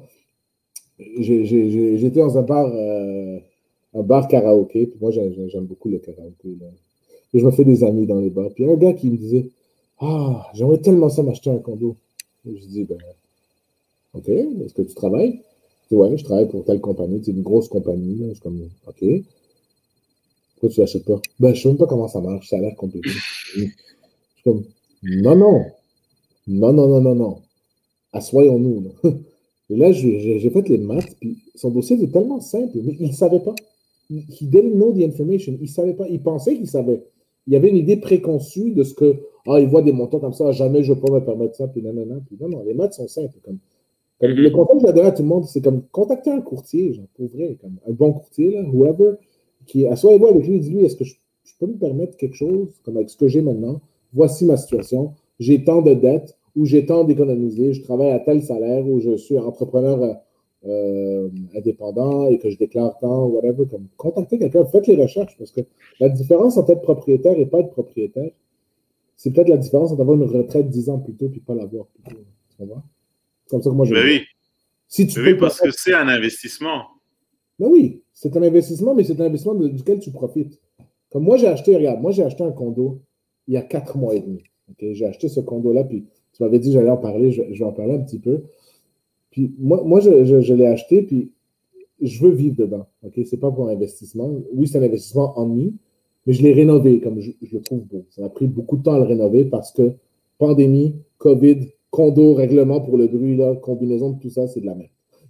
J'étais dans un bar, euh, un bar karaoké. Puis moi, j'aime beaucoup le karaoké. Là. Et je me fais des amis dans les bars. Puis il y a un gars qui me disait, ah, j'aimerais tellement ça m'acheter un condo. Et je dis, ben, OK, est-ce que tu travailles? Je dis, ouais, je travaille pour telle compagnie. C'est une grosse compagnie. Là. Je suis comme, OK. Pourquoi tu l'achètes pas? Ben, je sais même pas comment ça marche. Ça a l'air compliqué. Je suis comme, non, non. Non, non, non, non, non. Assoyons-nous. Et là, je- j'ai j'ai fait les maths, puis son dossier était tellement simple, mais il ne savait pas. He he didn't know the information. Il ne savait pas. Il pensait qu'il savait. Il y avait une idée préconçue de ce que, ah, il voit des montants comme ça, ah, jamais je peux me permettre ça, puis non, non, non. Puis non, non, les maths sont simples. Comme, comme, le Mhm. conseil que je donne à tout le monde, c'est comme contacter un courtier, genre, pour vrai, comme un bon courtier, là, whoever, qui assoyez-vous avec lui et dis-lui, est-ce que je, je peux me permettre quelque chose, comme avec ce que j'ai maintenant, voici ma situation, j'ai tant de dettes, ou j'ai tant d'économiser, je travaille à tel salaire, ou je suis entrepreneur euh, euh, indépendant et que je déclare tant, whatever, comme contactez quelqu'un, faites les recherches, parce que la différence entre être propriétaire et pas être propriétaire, c'est peut-être la différence entre avoir une retraite dix ans plus tôt et pas l'avoir plus tôt. Tu comprends? C'est comme ça que moi je le Ben vois. oui, Si tu ben peux oui, le parce que permettre, c'est un investissement. ben oui, c'est un investissement, mais c'est un investissement de- duquel tu profites. Comme moi, j'ai acheté, regarde, moi j'ai acheté un condo il y a quatre mois et demi. Okay? J'ai acheté ce condo-là, puis tu m'avais dit que j'allais en parler, je, je vais en parler un petit peu. Puis moi, moi je, je, je l'ai acheté, puis je veux vivre dedans. Okay? Ce n'est pas pour un investissement. Oui, c'est un investissement en me, mais je l'ai rénové comme je, je le trouve beau. Ça m'a pris beaucoup de temps à le rénover parce que pandémie, COVID, condo, règlement pour le bruit, là, combinaison de tout ça, c'est de la merde.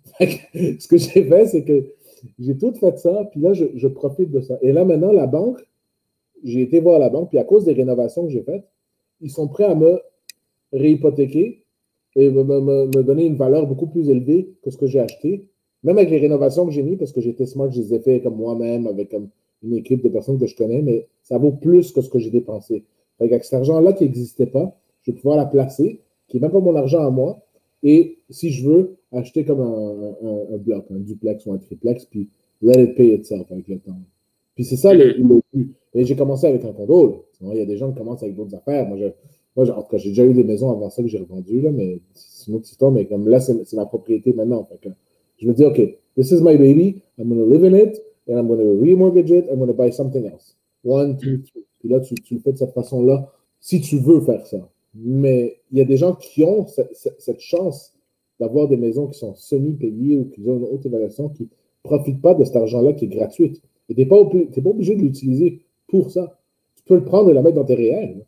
Ce que j'ai fait, c'est que j'ai tout fait ça, puis là, je, je profite de ça. Et là, maintenant, la banque, j'ai été voir la banque, puis à cause des rénovations que j'ai faites, ils sont prêts à me réhypothéquer et me, me, me donner une valeur beaucoup plus élevée que ce que j'ai acheté, même avec les rénovations que j'ai mis, parce que j'étais smart, je les ai fait comme moi-même, avec comme une équipe de personnes que je connais, mais ça vaut plus que ce que j'ai dépensé. Fait avec cet argent-là qui n'existait pas, je vais pouvoir la placer, qui n'est même pas mon argent à moi, et si je veux, acheter comme un, un, un bloc, un duplex ou un triplex, puis let it pay itself avec le temps. Puis c'est ça le, Mhm. le but. Et j'ai commencé avec un condo. Là. Il y a des gens qui commencent avec d'autres affaires. Moi, je, moi, en tout cas, j'ai déjà eu des maisons avant ça que j'ai revendues, là, mais c'est une autre histoire. Mais comme là, c'est ma propriété maintenant. Fait que je me dis, OK, this is my baby. I'm going to live in it. And I'm going to remortgage it. I'm going to buy something else. One, two, three. Puis là, tu, tu le fais de cette façon-là si tu veux faire ça. Mais il y a des gens qui ont cette, cette chance d'avoir des maisons qui sont semi-payées ou qui ont une haute évaluation qui ne profitent pas de cet argent-là qui est gratuit. Et tu n'es pas, pas obligé de l'utiliser pour ça. Tu peux le prendre et la mettre dans tes réels.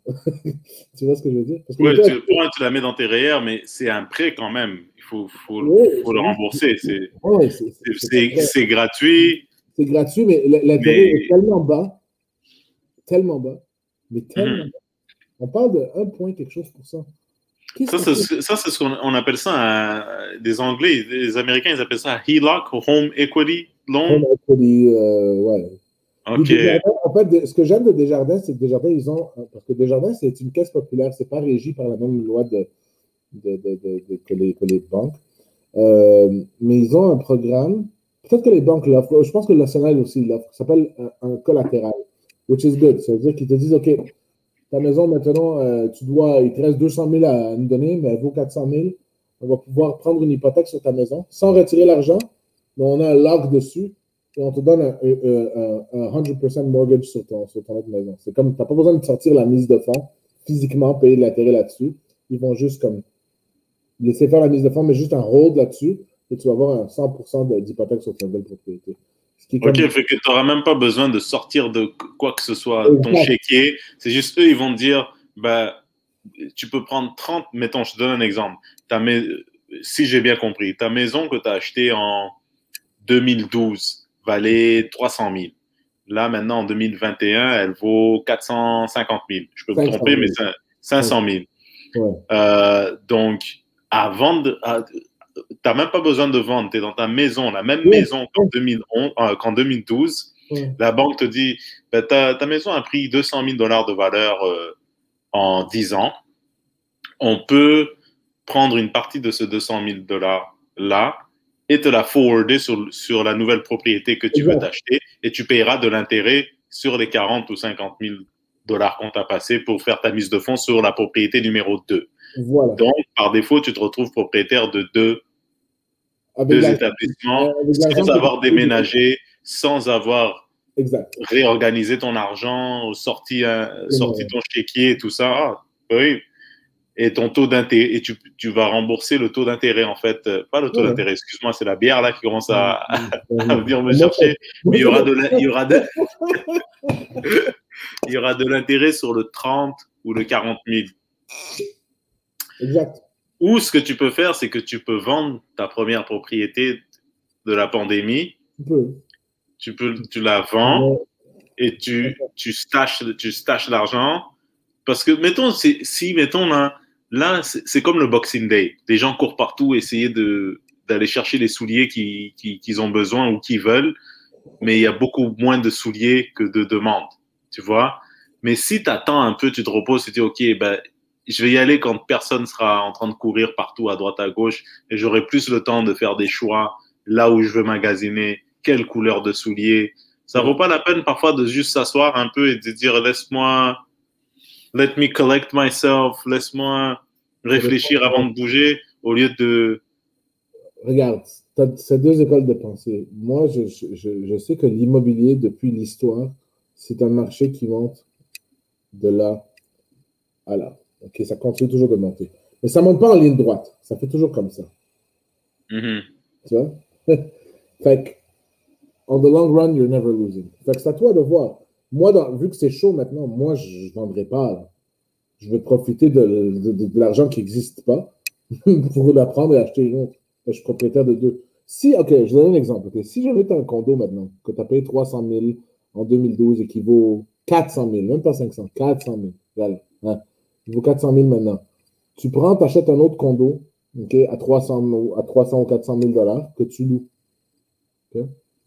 Tu vois ce que je veux dire? Parce que Ouais, le taux tu, pour un, tu la mets dans tes R E E R, mais c'est un prêt quand même. Il faut, faut, ouais, faut le oui, rembourser. C'est ouais, c'est c'est- c'est pas c'est- très- c'est gratuit, c'est gratuit, mais l- l'intérêt est mais tellement bas, tellement bas, mais tellement mhm. bas. On parle de un point quelque chose pour cent. Qu'est-ce Ça, qu'on c'est fait? ce ça, c'est ce qu'on on appelle ça, un- des Anglais, des Américains, ils appellent ça un H E L O C, Home Equity Loan. Home equity, euh, ouais. Puis OK. Desjardins, en fait, de- ce que j'aime de Desjardins, c'est que Desjardins, ils ont. Parce que Desjardins, c'est une caisse populaire, c'est pas régi par la même loi de, de, de, de- de- que, les, que les banques. Euh, mais ils ont un programme, peut-être que les banques l'offrent, je pense que le national aussi l'offre, ça s'appelle un, un collatéral, which is good. Ça veut dire qu'ils te disent, OK, ta maison maintenant, euh, tu dois, il te reste deux cent mille à nous donner, mais elle vaut quatre cent mille. On va pouvoir prendre une hypothèque sur ta maison sans retirer l'argent, mais on a un lock dessus et on te donne un, un, un, un cent pour cent mortgage sur ton, sur ton autre maison. C'est comme, tu n'as pas besoin de sortir la mise de fonds, physiquement payer de l'intérêt là-dessus. Ils vont juste comme laisser faire la mise de fonds, mais juste un hold là-dessus, et tu vas avoir un cent pour cent d'hypothèque sur ta nouvelle propriété. Ce qui est OK, comme. fait que tu n'auras même pas besoin de sortir de quoi que ce soit, ton Exact. chéquier. C'est juste eux, ils vont te dire, bah, tu peux prendre trente, mettons, je te donne un exemple. Ta mais... Si j'ai bien compris, ta maison que tu as achetée en deux mille douze valait trois cent mille. Là, maintenant, en deux mille vingt et un, elle vaut quatre cent cinquante mille. Je peux me cinq cent tromper, mais mille. c'est cinq cent mille. Ouais. Euh, donc, à vendre, à, t'as même pas besoin de vendre. Tu es dans ta maison, la même Ouais. maison qu'en, deux mille onze, euh, qu'en deux mille douze. Ouais. La banque te dit, ben, ta, ta maison a pris deux cent mille dollars de valeur euh, en dix ans. On peut prendre une partie de ce deux cent mille dollars-là et te la forwarder sur, sur la nouvelle propriété que tu veux Exact. t'acheter et tu payeras de l'intérêt sur les quarante ou cinquante mille dollars qu'on t'a passé pour faire ta mise de fonds sur la propriété numéro deux. Voilà. Donc, par défaut, tu te retrouves propriétaire de deux, Avec deux la, établissements avec sans avoir que... déménagé, sans avoir Exact. réorganisé ton argent, sorti, un, sorti ton chéquier et tout ça. Ah, oui. Et ton taux d'intérêt, et tu, tu vas rembourser le taux d'intérêt, en fait. Euh, pas le taux Ouais. d'intérêt, excuse-moi, c'est la bière là qui commence à, à venir me Moi, chercher. moi, Mais il y aura de, il y aura de, il y aura de l'intérêt sur le trente ou le quarante mille. Exact. Ou ce que tu peux faire, c'est que tu peux vendre ta première propriété de la pandémie. Tu peux. Tu, peux, tu la vends Ouais. et tu, tu staches, tu staches l'argent. Parce que, mettons, si, si mettons, là, là c'est, c'est comme le Boxing Day. Des gens courent partout, essayer de, d'aller chercher les souliers qu'ils, qu'ils, qu'ils ont besoin ou qu'ils veulent. Mais il y a beaucoup moins de souliers que de demandes, tu vois. Mais si tu attends un peu, tu te reposes, tu te dis, OK, ben, je vais y aller quand personne sera en train de courir partout à droite à gauche et j'aurai plus le temps de faire des choix là où je veux magasiner, quelle couleur de souliers. Ça vaut pas la peine parfois de juste s'asseoir un peu et de dire, laisse-moi, let me collect myself, laisse-moi réfléchir avant de bouger au lieu de... Regarde, tu as ces deux écoles de pensée. Moi, je, je, je sais que l'immobilier, depuis l'histoire, c'est un marché qui monte de là à là. OK, ça continue toujours de monter. Mais ça ne monte pas en ligne droite. Ça fait toujours comme ça. Mm-hmm. Tu vois? Fait que, on the long run, you're never losing. Fait que c'est à toi de voir. Moi, dans, vu que c'est chaud maintenant, moi, je ne vendrai pas. Là. Je veux profiter de, de, de, de l'argent qui n'existe pas pour l'apprendre et acheter une autre. Je suis propriétaire de deux. Si, OK, je vous donne un exemple. Okay? Si j'en ai un condo maintenant, que tu as payé trois cent mille en deux mille douze et qui vaut quatre cent mille, même pas cinq cents, quatre cent mille. Voilà. Hein? Il vaut quatre cent mille maintenant. Tu prends, tu achètes un autre condo okay, à, trois cents, à trois cents ou quatre cent mille dollars que tu loues. Okay?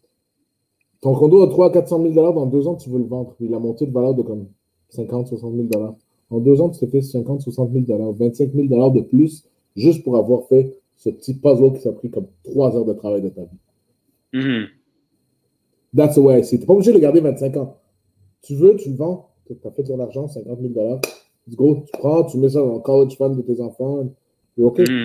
Ton condo à trois cents à quatre cent mille dollars, dans deux ans, tu veux le vendre. Il a monté de valeur de comme cinquante, soixante mille dollars. En deux ans, tu te fais cinquante, soixante mille dollars, vingt-cinq mille dollars de plus juste pour avoir fait ce petit puzzle qui t'a pris comme trois heures de travail de ta vie. Mm-hmm. That's the way I see it. Tu n'es pas obligé de le garder vingt-cinq ans. Tu veux, tu le vends, tu as fait ton argent, cinquante mille dollars. Let's go, tu prends, tu mets ça dans le college fund de tes enfants. Et OK? Mm-hmm.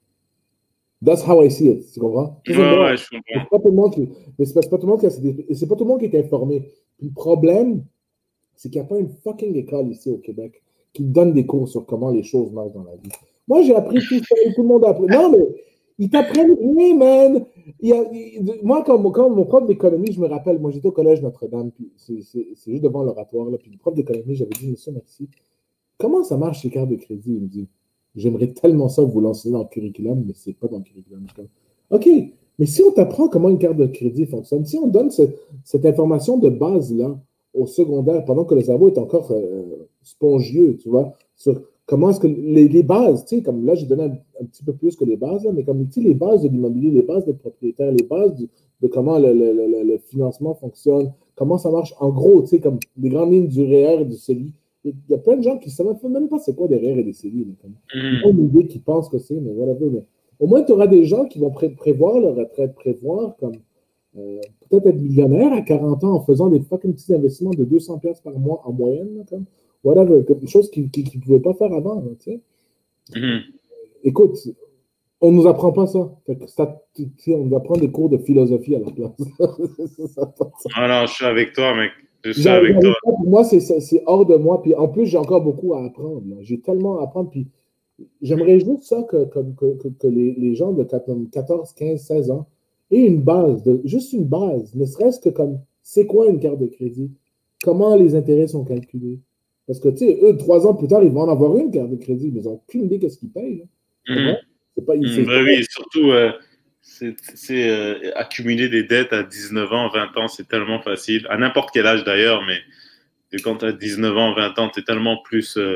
That's how I see it. Tu comprends? Ouais, ouais, je comprends. C'est pas tout le monde qui, mais c'est pas, pas tout le monde qui a, c'est pas tout le monde qui est informé. Puis le problème, c'est qu'il n'y a pas une fucking école ici au Québec qui donne des cours sur comment les choses marchent dans la vie. Moi, j'ai appris tout ça, tout le monde a appris. Non, mais ils t'apprennent rien, man. Il y a, il, moi, quand, quand mon prof d'économie, je me rappelle, moi, j'étais au collège Notre-Dame, puis c'est, c'est, c'est juste devant l'oratoire, là, puis le prof d'économie, j'avais dit, monsieur Maxi, comment ça marche les cartes de crédit? Il me dit, j'aimerais tellement ça vous l'enseigner dans le curriculum, mais c'est pas dans le curriculum. Je dis, OK, mais si on t'apprend comment une carte de crédit fonctionne, si on donne ce, cette information de base-là au secondaire, pendant que le cerveau est encore euh, spongieux, tu vois, sur comment est-ce que les, les bases, tu sais, comme là, j'ai donné un, un petit peu plus que les bases, là, mais comme, tu sais, les bases de l'immobilier, les bases des propriétaires, les bases du, de comment le, le, le, le financement fonctionne, comment ça marche, en gros, tu sais, comme les grandes lignes du R E E R, du C E L I. Il y a plein de gens qui ne savent même pas c'est quoi des R E E R et des C E L I. Ils ont une idée qu'ils pensent que c'est, mais whatever. Mais au moins, tu auras des gens qui vont pré- prévoir leur retraite, prévoir comme euh, peut-être être millionnaire à quarante ans en faisant des fucking petits investissements de deux cents dollars par mois en moyenne, là, comme whatever, quelque chose qu'ils ne pouvaient pas faire avant. Là, tu sais. Mm-hmm. Écoute, on ne nous apprend pas ça. Fait que ça on doit prendre des cours de philosophie à la place. Alors, je suis avec toi, mec. Je suis avec toi. Pour moi, c'est, c'est hors de moi. Puis en plus, j'ai encore beaucoup à apprendre. Là. J'ai tellement à apprendre. Puis j'aimerais juste ça que, que, que, que les, les gens de quatorze, quinze, seize ans aient une base, de, juste une base, ne serait-ce que comme c'est quoi une carte de crédit? Comment les intérêts sont calculés? Parce que, tu sais, eux, trois ans plus tard, ils vont en avoir une carte de crédit, mais ils n'ont aucune idée de ce qu'ils payent. Mmh. C'est pas, mmh, c'est ben oui, surtout, euh, c'est, c'est euh, accumuler des dettes à dix-neuf ans, vingt ans, c'est tellement facile. À n'importe quel âge d'ailleurs, mais quand tu as dix-neuf ans, vingt ans, tu es tellement plus... Euh,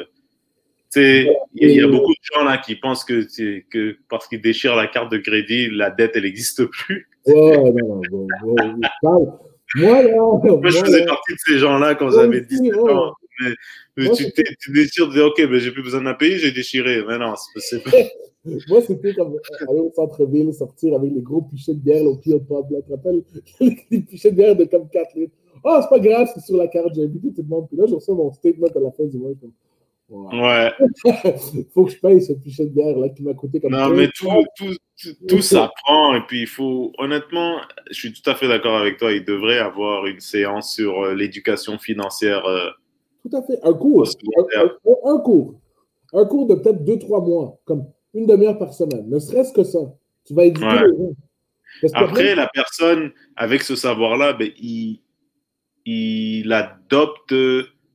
il y, y a beaucoup de gens là qui pensent que, que parce qu'ils déchirent la carte de crédit, la dette, elle n'existe plus. Ouais, non, non, non, non. Moi, là, moi, moi, je faisais là, partie de ces gens-là quand j'avais dix-sept ouais. ans. Mais, mais moi, tu, tu déchires, tu dis, OK, ben, j'ai plus besoin d'un pays, j'ai déchiré. Mais non, c'est pas. Moi, c'était comme aller au centre-ville, sortir avec les gros pichets de bière au pied au pub. Là, tu te rappelles? Les pichets de bière de comme quatre litres. Ah, oh, c'est pas grave, c'est sur la carte, j'ai invité tout le monde. Puis là, je reçois mon statement à la fin du mois. Comme, wow. Ouais. Faut que je paye ce pichet de bière là qui m'a coûté comme. Non, mais tout, tout, tout, tout s'apprend. Et puis, il faut. Honnêtement, je suis tout à fait d'accord avec toi. Il devrait avoir une séance sur euh, l'éducation financière. Euh, tout à fait. Un cours. Un, un, un cours. Un cours de peut-être deux, trois mois. Comme une demi-heure par semaine. Ne serait-ce que ça. Tu vas éduquer ouais. les gens. Parce Après, même... la personne, avec ce savoir-là, ben, il, il adopte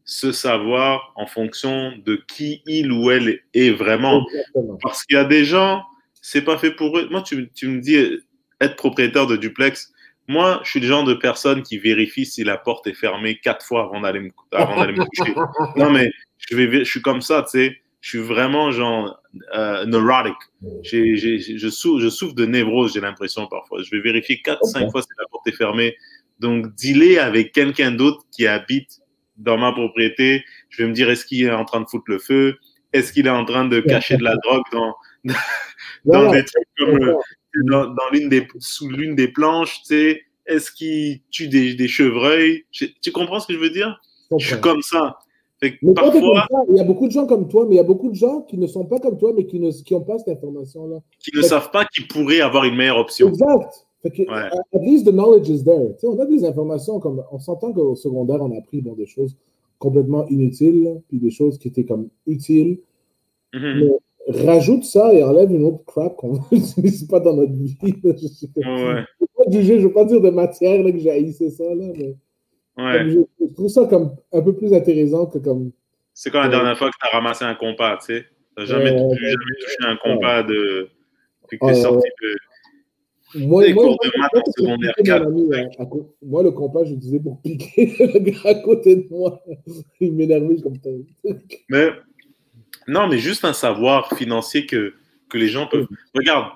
se savoir en fonction de qui il ou elle est vraiment. Exactement. Parce qu'il y a des gens, c'est pas fait pour eux. Moi, tu, tu me dis être propriétaire de duplex. Moi, je suis le genre de personne qui vérifie si la porte est fermée quatre fois avant d'aller me, avant d'aller me coucher. Non, mais je, vais, je suis comme ça, tu sais. Je suis vraiment genre euh, neurotic. J'ai, j'ai, je, souffre, je souffre de névrose, j'ai l'impression parfois. Je vais vérifier quatre, cinq Okay. fois si la porte est fermée. Donc, dealer avec quelqu'un d'autre qui habite dans ma propriété, je vais me dire, est-ce qu'il est en train de foutre le feu? Est-ce qu'il est en train de cacher de la drogue dans, dans Non, des trucs comme le, non. dans, dans l'une des, sous l'une des planches, tu sais? Est-ce qu'il tue des, des chevreuils? Je, tu comprends ce que je veux dire? Je Je suis comprends. comme ça. Fait que Mais toi, t'es comme parfois, ça. Il y a beaucoup de gens comme toi, mais il y a beaucoup de gens qui ne sont pas comme toi, mais qui ne qui ont pas cette information-là. qui ne Fait- savent pas qu'ils pourraient avoir une meilleure option. Exact. Fait que, Ouais. at least the knowledge is there. Tu sais, on a des informations comme. On s'entend qu'au secondaire, on a appris bon, des choses complètement inutiles, là, puis des choses qui étaient comme utiles. Mhm. Mais rajoute ça et enlève une autre crap qu'on n'utilise pas dans notre vie. là. Je ne Ouais, veux pas juger, je ne veux pas dire de matière là, que j'ai haïssé ça, là, mais ouais. comme je, je trouve ça comme un peu plus intéressant que comme. C'est quand la Ouais. dernière fois que tu as ramassé un compas, tu sais? Tu n'as jamais, Euh, plus jamais touché un ouais. compas de... Puis que tu Euh, es sorti de... Moi, des moi, cours moi, de maths moi, en c'est pour secondaire piquer mon quatre. ami, hein, à co- moi, le compas, je l'utilisais pour piquer le gars à côté de moi. Il m'énervait comme ça. Mais non, mais juste un savoir financier que, que les gens peuvent... Regarde,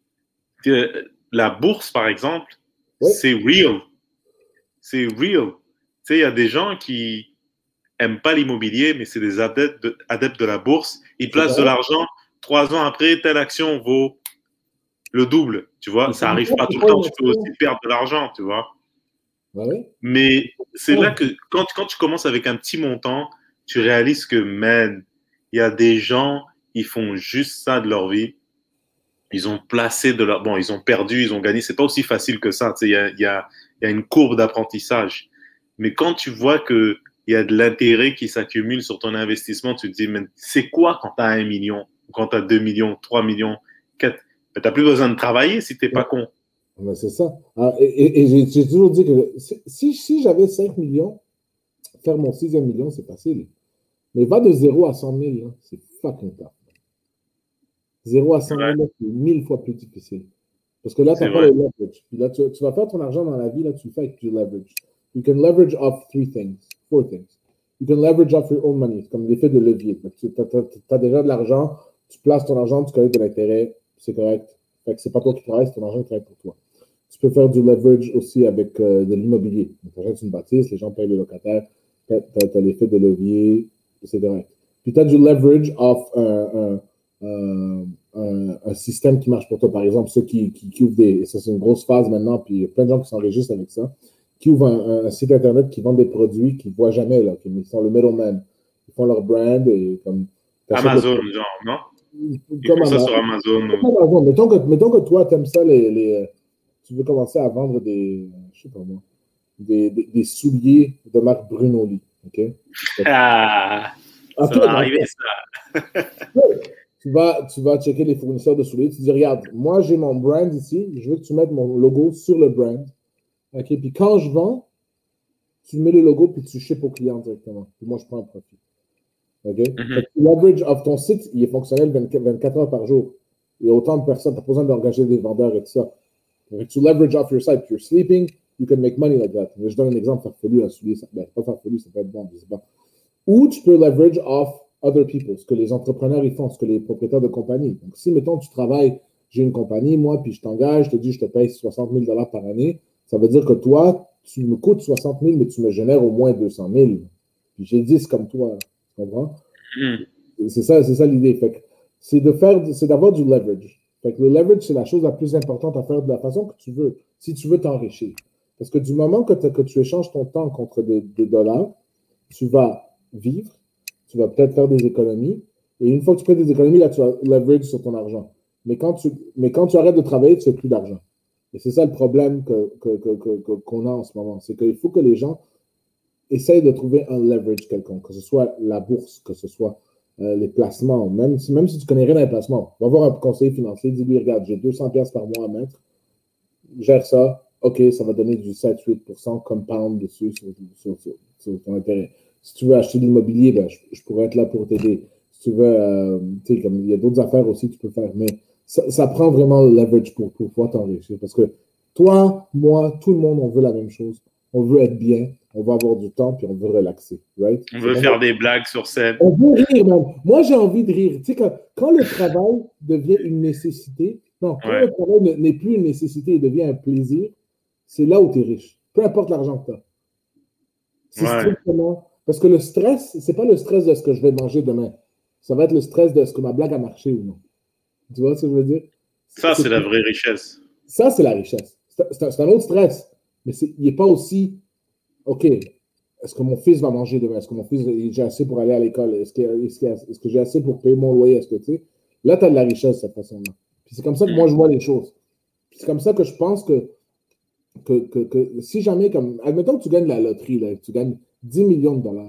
que la bourse, par exemple, Ouais. c'est real. C'est real. Tu sais, il y a des gens qui aiment pas l'immobilier, mais c'est des adeptes de, adeptes de la bourse. Ils placent de vrai. l'argent. Trois ans après, telle action vaut le double. Tu vois, Et ça c'est arrive pourquoi pas c'est tout le pas temps. une Tu peux action. aussi perdre de l'argent, tu vois. Ouais. Mais c'est Ouais. là que quand, quand tu commences avec un petit montant, tu réalises que, man, il y a des gens, ils font juste ça de leur vie. Ils ont placé de leur... Bon, ils ont perdu, ils ont gagné. C'est pas aussi facile que ça. Tu sais, il y a, il y a, il y a une courbe d'apprentissage. Mais quand tu vois qu'il y a de l'intérêt qui s'accumule sur ton investissement, tu te dis, mais c'est quoi quand tu as un million, quand tu as deux millions, trois millions, quatre? Tu n'as plus besoin de travailler si tu n'es pas con. Ben, c'est ça. Ah, et et, et j'ai, j'ai toujours dit que si, si j'avais cinq millions, faire mon sixième million, c'est facile. Mais va de zéro à cent mille, là, c'est fucking tough. zéro à cent mille, là, c'est mille fois plus difficile. Parce que là, tu C'est n'as pas vrai. le leverage. Puis là, tu, tu vas faire ton argent dans la vie, là, tu le fais avec du leverage. You can leverage off three things, four things. You can leverage off your own money, c'est comme l'effet de levier. Tu as déjà de l'argent, tu places ton argent, tu collectes de l'intérêt, c'est correct. Fait que c'est pas toi qui travailles, c'est ton argent qui travaille pour toi. Tu peux faire du leverage aussi avec euh, de l'immobilier. Tu achètes une bâtisse, les gens payent le locataire, tu as, as l'effet de levier, c'est correct. Puis tu as du leverage off un, un, un, un, un système qui marche pour toi. Par exemple, ceux qui, qui, qui ouvrent des... Et ça, c'est une grosse phase maintenant, puis il y a plein de gens qui s'enregistrent avec ça, qui ouvrent un, un site Internet qui vend des produits qu'ils ne voient jamais, là, qui sont le middleman. Ils font leur brand et comme... Amazon, le... genre, non? Ils comme font ça Amazon. sur Amazon. Ou... Amazon. Mettons, que, mettons que toi, tu aimes ça, les, les, tu veux commencer à vendre des, je sais pas moi, des, des, des souliers de marque Brunoli, OK? Ah, okay, ça va arriver, ça. tu, vas, tu vas checker les fournisseurs de souliers, tu dis, regarde, moi, j'ai mon brand ici, je veux que tu mettes mon logo sur le brand, OK? Puis quand je vends, tu mets le logo, puis tu ships au client directement. Puis moi, je prends un profit. OK? Mm-hmm. L'average of ton site, il est fonctionnel vingt-quatre heures par jour. Il y a autant de personnes, tu n'as pas besoin d'engager des vendeurs et tout ça. Donc, tu leverage off your site, you're sleeping, you can make money like that. Mais je donne un exemple farfelu à soulier, ben, pas farfelu, ça peut être bon, je sais pas. Ou tu peux leverage off other people, ce que les entrepreneurs ils font, ce que les propriétaires de compagnie. Donc, si, mettons, tu travailles, j'ai une compagnie, moi, puis je t'engage, je te dis, je te paye soixante mille dollars par année, ça veut dire que toi, tu me coûtes soixante mille, mais tu me génères au moins deux cent mille. Puis j'ai dix comme toi, tu comprends? Mm. C'est ça, c'est ça l'idée. Fait que c'est de faire, c'est d'avoir du leverage. Fait que le leverage, c'est la chose la plus importante à faire de la façon que tu veux, si tu veux t'enrichir. Parce que du moment que, que tu échanges ton temps contre des, des dollars, tu vas vivre, tu vas peut-être faire des économies, et une fois que tu fais des économies, là, tu vas leverage sur ton argent. Mais quand tu, mais quand tu arrêtes de travailler, tu n'as plus d'argent. Et c'est ça le problème que, que, que, que, qu'on a en ce moment. C'est qu'il faut que les gens essayent de trouver un leverage quelconque, que ce soit la bourse, que ce soit euh, les placements, même si, même si tu connais rien dans les placements. Va voir un conseiller financier, dis-lui, regarde, j'ai deux cents dollars par mois à mettre, gère ça, OK, ça va donner du sept à huit pour cent compound dessus sur, sur, sur, sur ton intérêt. Si tu veux acheter de l'immobilier, ben, je, je pourrais être là pour t'aider. Si tu veux, euh, tu sais, comme il y a d'autres affaires aussi que tu peux faire. Mais ça, ça prend vraiment le leverage pour, pour pouvoir t'enrichir. Parce que toi, moi, tout le monde, on veut la même chose. On veut être bien, on veut avoir du temps, puis on veut relaxer. Right? On veut faire des blagues sur scène. On veut rire, man. Moi, j'ai envie de rire. Tu sais, quand, quand le travail devient une nécessité, non, quand Ouais. le travail n'est plus une nécessité et devient un plaisir, c'est là où tu es riche. Peu importe l'argent que tu as. C'est Ouais. strictement. Parce que le stress, c'est pas le stress de ce que je vais manger demain. Ça va être le stress de ce que ma blague a marché ou non. Tu vois ce que je veux dire? Ça, c'est la vraie richesse. Ça, c'est la richesse. C'est c'est un, c'est un autre stress. Mais c'est- il n'est pas aussi, OK, est-ce que mon fils va manger demain? Est-ce que mon fils, j'ai assez pour aller à l'école? Est-ce que, est-ce que, est-ce que j'ai assez pour payer mon loyer? Est-ce que, tu sais, là, tu as de la richesse, cette façon-là. Puis c'est comme ça que moi, je vois les choses. Puis c'est comme ça que je pense que, que, que, que si jamais, comme, admettons que tu gagnes la loterie, là, tu gagnes dix millions de dollars,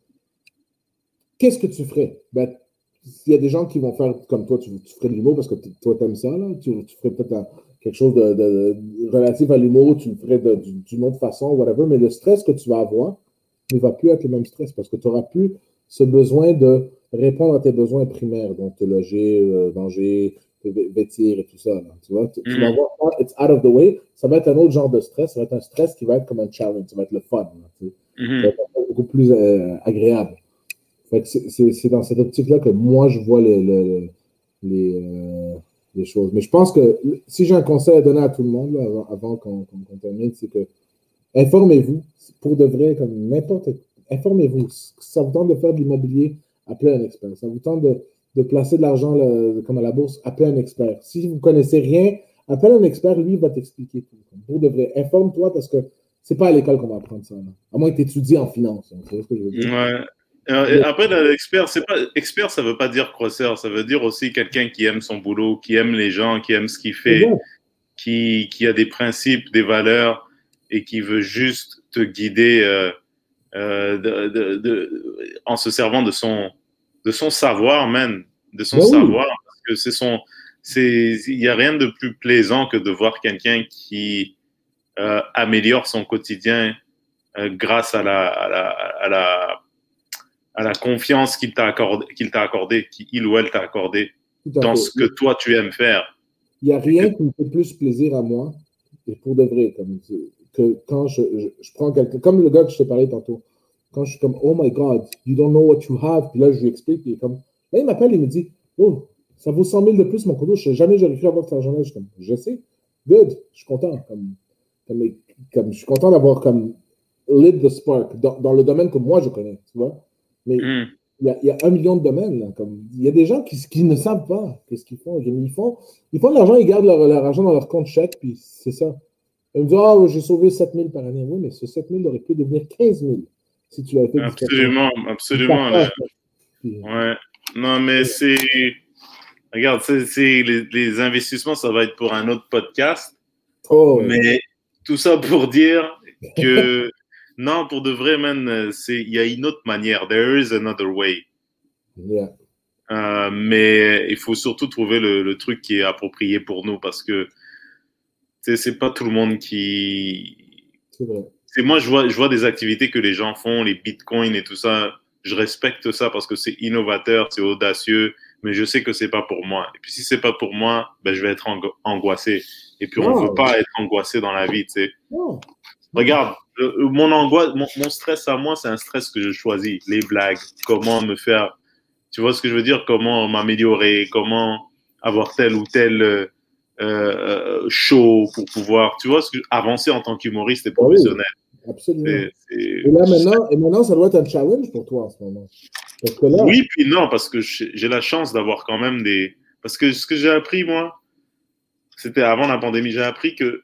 qu'est-ce que tu ferais? Ben, il y a des gens qui vont faire comme toi, tu, tu ferais de l'humour parce que t- toi, tu aimes ça, là. Tu, tu ferais peut-être un- quelque chose de, de- de relatif à l'humour, tu le ferais de- du- d'une autre façon, whatever, mais le stress que tu vas avoir ne va plus être le même stress parce que tu n'auras plus ce besoin de répondre à tes besoins primaires, donc te loger, euh, manger, te vê- vêtir et tout ça, là. Tu vois, tu, tu vas Mhm. avoir, ah, it's out of the way, ça va être un autre genre de stress, ça va être un stress qui va être comme un challenge, ça va être le fun, là, tu sais. Ça va Mhm. être beaucoup plus euh, agréable. Fait que c'est- c'est c'est dans cette optique-là que moi, je vois les, les, les, euh, les choses. Mais je pense que si j'ai un conseil à donner à tout le monde, là, avant, avant qu'on qu'on- qu'on termine, c'est que informez-vous, pour de vrai, comme n'importe informez-vous. Si ça vous tente de faire de l'immobilier, appelez un expert. Ça vous tente de, de placer de l'argent là, comme à la bourse, appelez un expert. Si vous ne connaissez rien, appelle un expert, lui, il va t'expliquer tout. Pour de vrai, informe-toi parce que c'est pas à l'école qu'on va apprendre ça. Là. À moins que tu étudies en finance. Hein, tu vois ce que je veux dire? Ouais. Euh, Après, l'expert, c'est pas expert, ça veut pas dire crosseur, ça veut dire aussi quelqu'un qui aime son boulot, qui aime les gens, qui aime ce qu'il fait, Exact. qui, qui a des principes, des valeurs et qui veut juste te guider euh, euh, de, de, de, en se servant de son, de son savoir même, de son Ben oui. savoir, parce que c'est son, c'est, il y a rien de plus plaisant que de voir quelqu'un qui euh, améliore son quotidien euh, grâce à la, à la, à la à la confiance qu'il t'a accordé, qu'il t'a accordé, qu'il ou elle t'a accordé Tout à dans fait. ce que toi tu aimes faire. Il n'y a rien qui me fait plus plaisir à moi, et pour de vrai, comme, que quand je, je, je prends quelqu'un, comme le gars que je t'ai parlé tantôt, quand je suis comme, oh my God, you don't know what you have, puis là, je lui explique, puis il est comme, là, il m'appelle, il me dit, oh, ça vaut cent mille de plus mon condo, je sais jamais j'aurais cru avoir cet argent-là. Je suis comme, je sais, good, je suis content, comme, comme, comme je suis content d'avoir comme lit the spark dans, dans le domaine que moi je connais, tu vois, mais Mm. il y, a, il y a un million de domaines. Là, comme, il y a des gens qui, qui ne savent pas qu'est-ce qu'ils font. Ils font, ils font de l'argent, ils gardent leur, leur argent dans leur compte chèque, puis c'est ça. Ils me disent, ah, oh, j'ai sauvé sept mille par année. Oui, mais ce sept mille aurait pu devenir quinze mille si tu l'avais fait Absolument, absolument. Le... Ouais. Non, mais c'est. Regarde, c'est, c'est les, les investissements, ça va être pour un autre podcast. Oh. Mais tout ça pour dire que. Non, pour de vrai, man, c'est, il y a une autre manière. There is another way. Yeah. Euh, mais il faut surtout trouver le, le truc qui est approprié pour nous parce que c'est, c'est pas tout le monde qui. C'est vrai. C'est moi, je vois, je vois des activités que les gens font, les bitcoins et tout ça. Je respecte ça parce que c'est innovateur, c'est audacieux, mais je sais que c'est pas pour moi. Et puis si c'est pas pour moi, ben je vais être ango- angoissé. Et puis on Wow. veut pas être angoissé dans la vie, tu sais. Oh. Regarde, le- mon angoisse, mon, mon stress à moi, c'est un stress que je choisis. Les blagues, comment me faire, tu vois ce que je veux dire, comment m'améliorer, comment avoir tel ou tel euh, euh, show pour pouvoir, tu vois, ce que, avancer en tant qu'humoriste et professionnel. Oui, absolument. C'est, c'est... Et là maintenant, et maintenant, ça doit être un challenge pour toi en ce moment. Parce que là, oui, puis non, parce que j'ai la chance d'avoir quand même des. Parce que ce que j'ai appris, moi, c'était avant la pandémie, j'ai appris que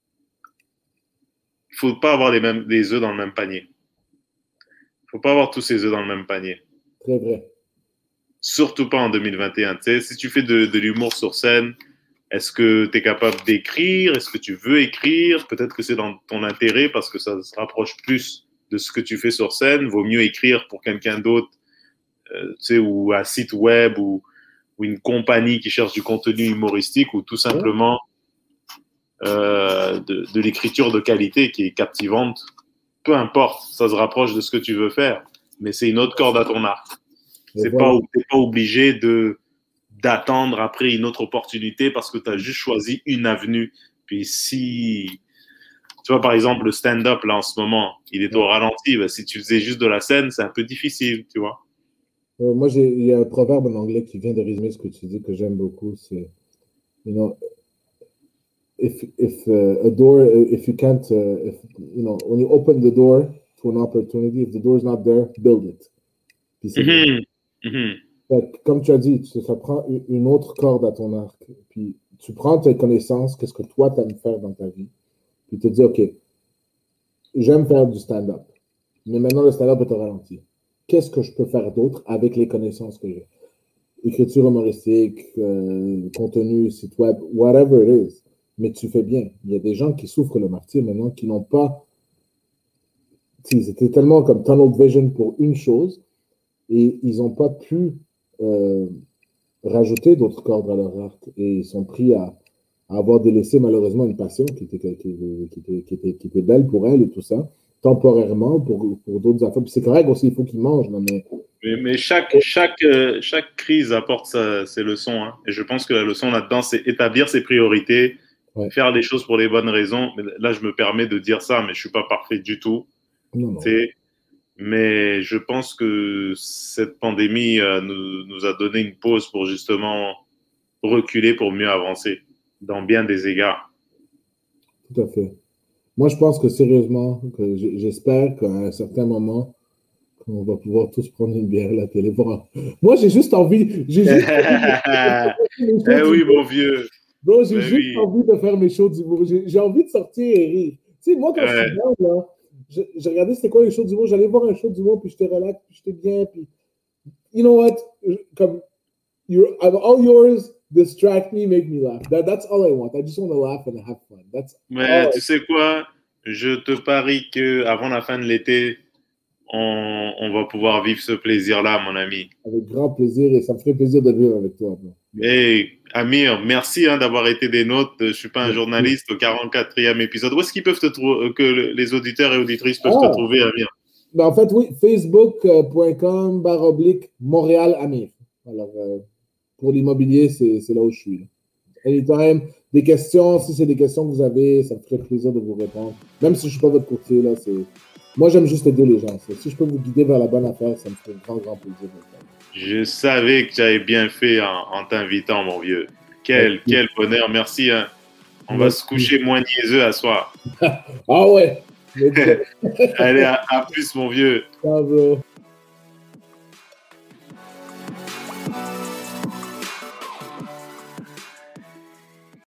il faut pas avoir les mêmes les œufs dans le même panier. Il faut pas avoir tous ces œufs dans le même panier. très vrai. Surtout pas en deux mille vingt et un. Tu sais, si tu fais de, de l'humour sur scène, est-ce que tu es capable d'écrire? Est-ce que tu veux écrire? Peut-être que c'est dans ton intérêt parce que ça se rapproche plus de ce que tu fais sur scène. Vaut mieux écrire pour quelqu'un d'autre, euh, tu sais, ou un site web ou, ou une compagnie qui cherche du contenu humoristique ou tout simplement euh, de, de l'écriture de qualité qui est captivante. Peu importe, ça se rapproche de ce que tu veux faire. mais c'est une autre corde à ton arc. C'est voilà. pas, t'es pas obligé de, d'attendre après une autre opportunité parce que tu as juste choisi une avenue. Puis si, tu vois, par exemple, le stand-up, là, en ce moment, il est au ralenti. Ben, si tu faisais juste de la scène, c'est un peu difficile, tu vois. Euh, moi, j'ai, il y a un proverbe en anglais qui vient de résumer ce que tu dis que j'aime beaucoup. C'est, you know, if, if uh, a door, if you can't, uh, if, you know, when you open the door to an opportunity, if the door is not there, build it. Puis c'est mm-hmm. Mm-hmm. Fait, comme tu as dit, ça prend une autre corde à ton arc. Puis tu prends tes connaissances, qu'est-ce que toi, tu aimes faire dans ta vie. Puis tu te dis, OK, j'aime faire du stand-up. Mais maintenant, le stand-up est au ralenti. Qu'est-ce que je peux faire d'autre avec les connaissances que j'ai? Écriture humoristique, euh, contenu, site web, whatever it is. Mais tu fais bien. Il y a des gens qui souffrent le martyre maintenant, qui n'ont pas... Ils étaient tellement comme tunnel vision pour une chose et ils n'ont pas pu euh, rajouter d'autres cordes à leur arc. Et ils sont pris à, à avoir délaissé malheureusement une passion qui était, qui, qui, qui, était, qui, était, qui était belle pour elle et tout ça, temporairement pour, pour d'autres affaires. Puis c'est correct aussi, il faut qu'ils mangent. Non, mais... Mais, mais chaque, chaque, euh, chaque crise apporte sa, ses leçons. Hein. Et je pense que la leçon là-dedans, c'est établir ses priorités, ouais. faire les choses pour les bonnes raisons. Mais là, je me permets de dire ça, mais je ne suis pas parfait du tout. Non, non. Mais je pense que cette pandémie euh, nous, nous a donné une pause pour justement reculer pour mieux avancer dans bien des égards. Tout à fait. Moi, je pense que sérieusement, que j'espère qu'à un certain moment, on va pouvoir tous prendre une bière à la télé. Moi, j'ai juste envie. J'ai juste envie de eh oui, mon vieux. Bro, j'ai juste oui. envie de faire mes shows d'humour. J'ai envie de sortir et rire. Tu sais, moi, quand ouais. je suis bien, là, j'ai regardé c'était quoi les shows d'humour. J'allais voir un show d'humour, puis j'étais relax, puis j'étais bien. Puis, you know what? Comme, you're, I'm all yours. Distract me, make me laugh. That, that's all I want. I just want to laugh and have fun. That's Mais tu I... sais quoi? Je te parie qu'avant la fin de l'été, on, on va pouvoir vivre ce plaisir-là, mon ami. Avec grand plaisir, et ça me ferait plaisir de vivre avec toi. Hey, Amir, merci hein, d'avoir été des nôtres. Je ne suis pas un merci. journaliste au quarante-quatrième épisode. Où est-ce qu'ils peuvent te trouver, que les auditeurs et auditrices peuvent ah. te trouver, Amir? Ben, en fait, oui, facebook point com barre oblique Montréal Amir. Alors, euh, pour l'immobilier, c'est, c'est là où je suis. Là. Anytime, des questions, si c'est des questions que vous avez, ça me ferait plaisir de vous répondre. Même si je ne suis pas votre courtier, là, c'est... Moi, j'aime juste aider les gens. Si je peux vous guider vers la bonne affaire, ça me ferait grand, grand plaisir. Je savais que tu avais bien fait en, en t'invitant, mon vieux. Quel, Merci. quel bonheur. Merci. Hein. On Merci. va se coucher moins niaiseux à soir. Ah ouais. Allez, à, à plus, mon vieux. Ciao, bro.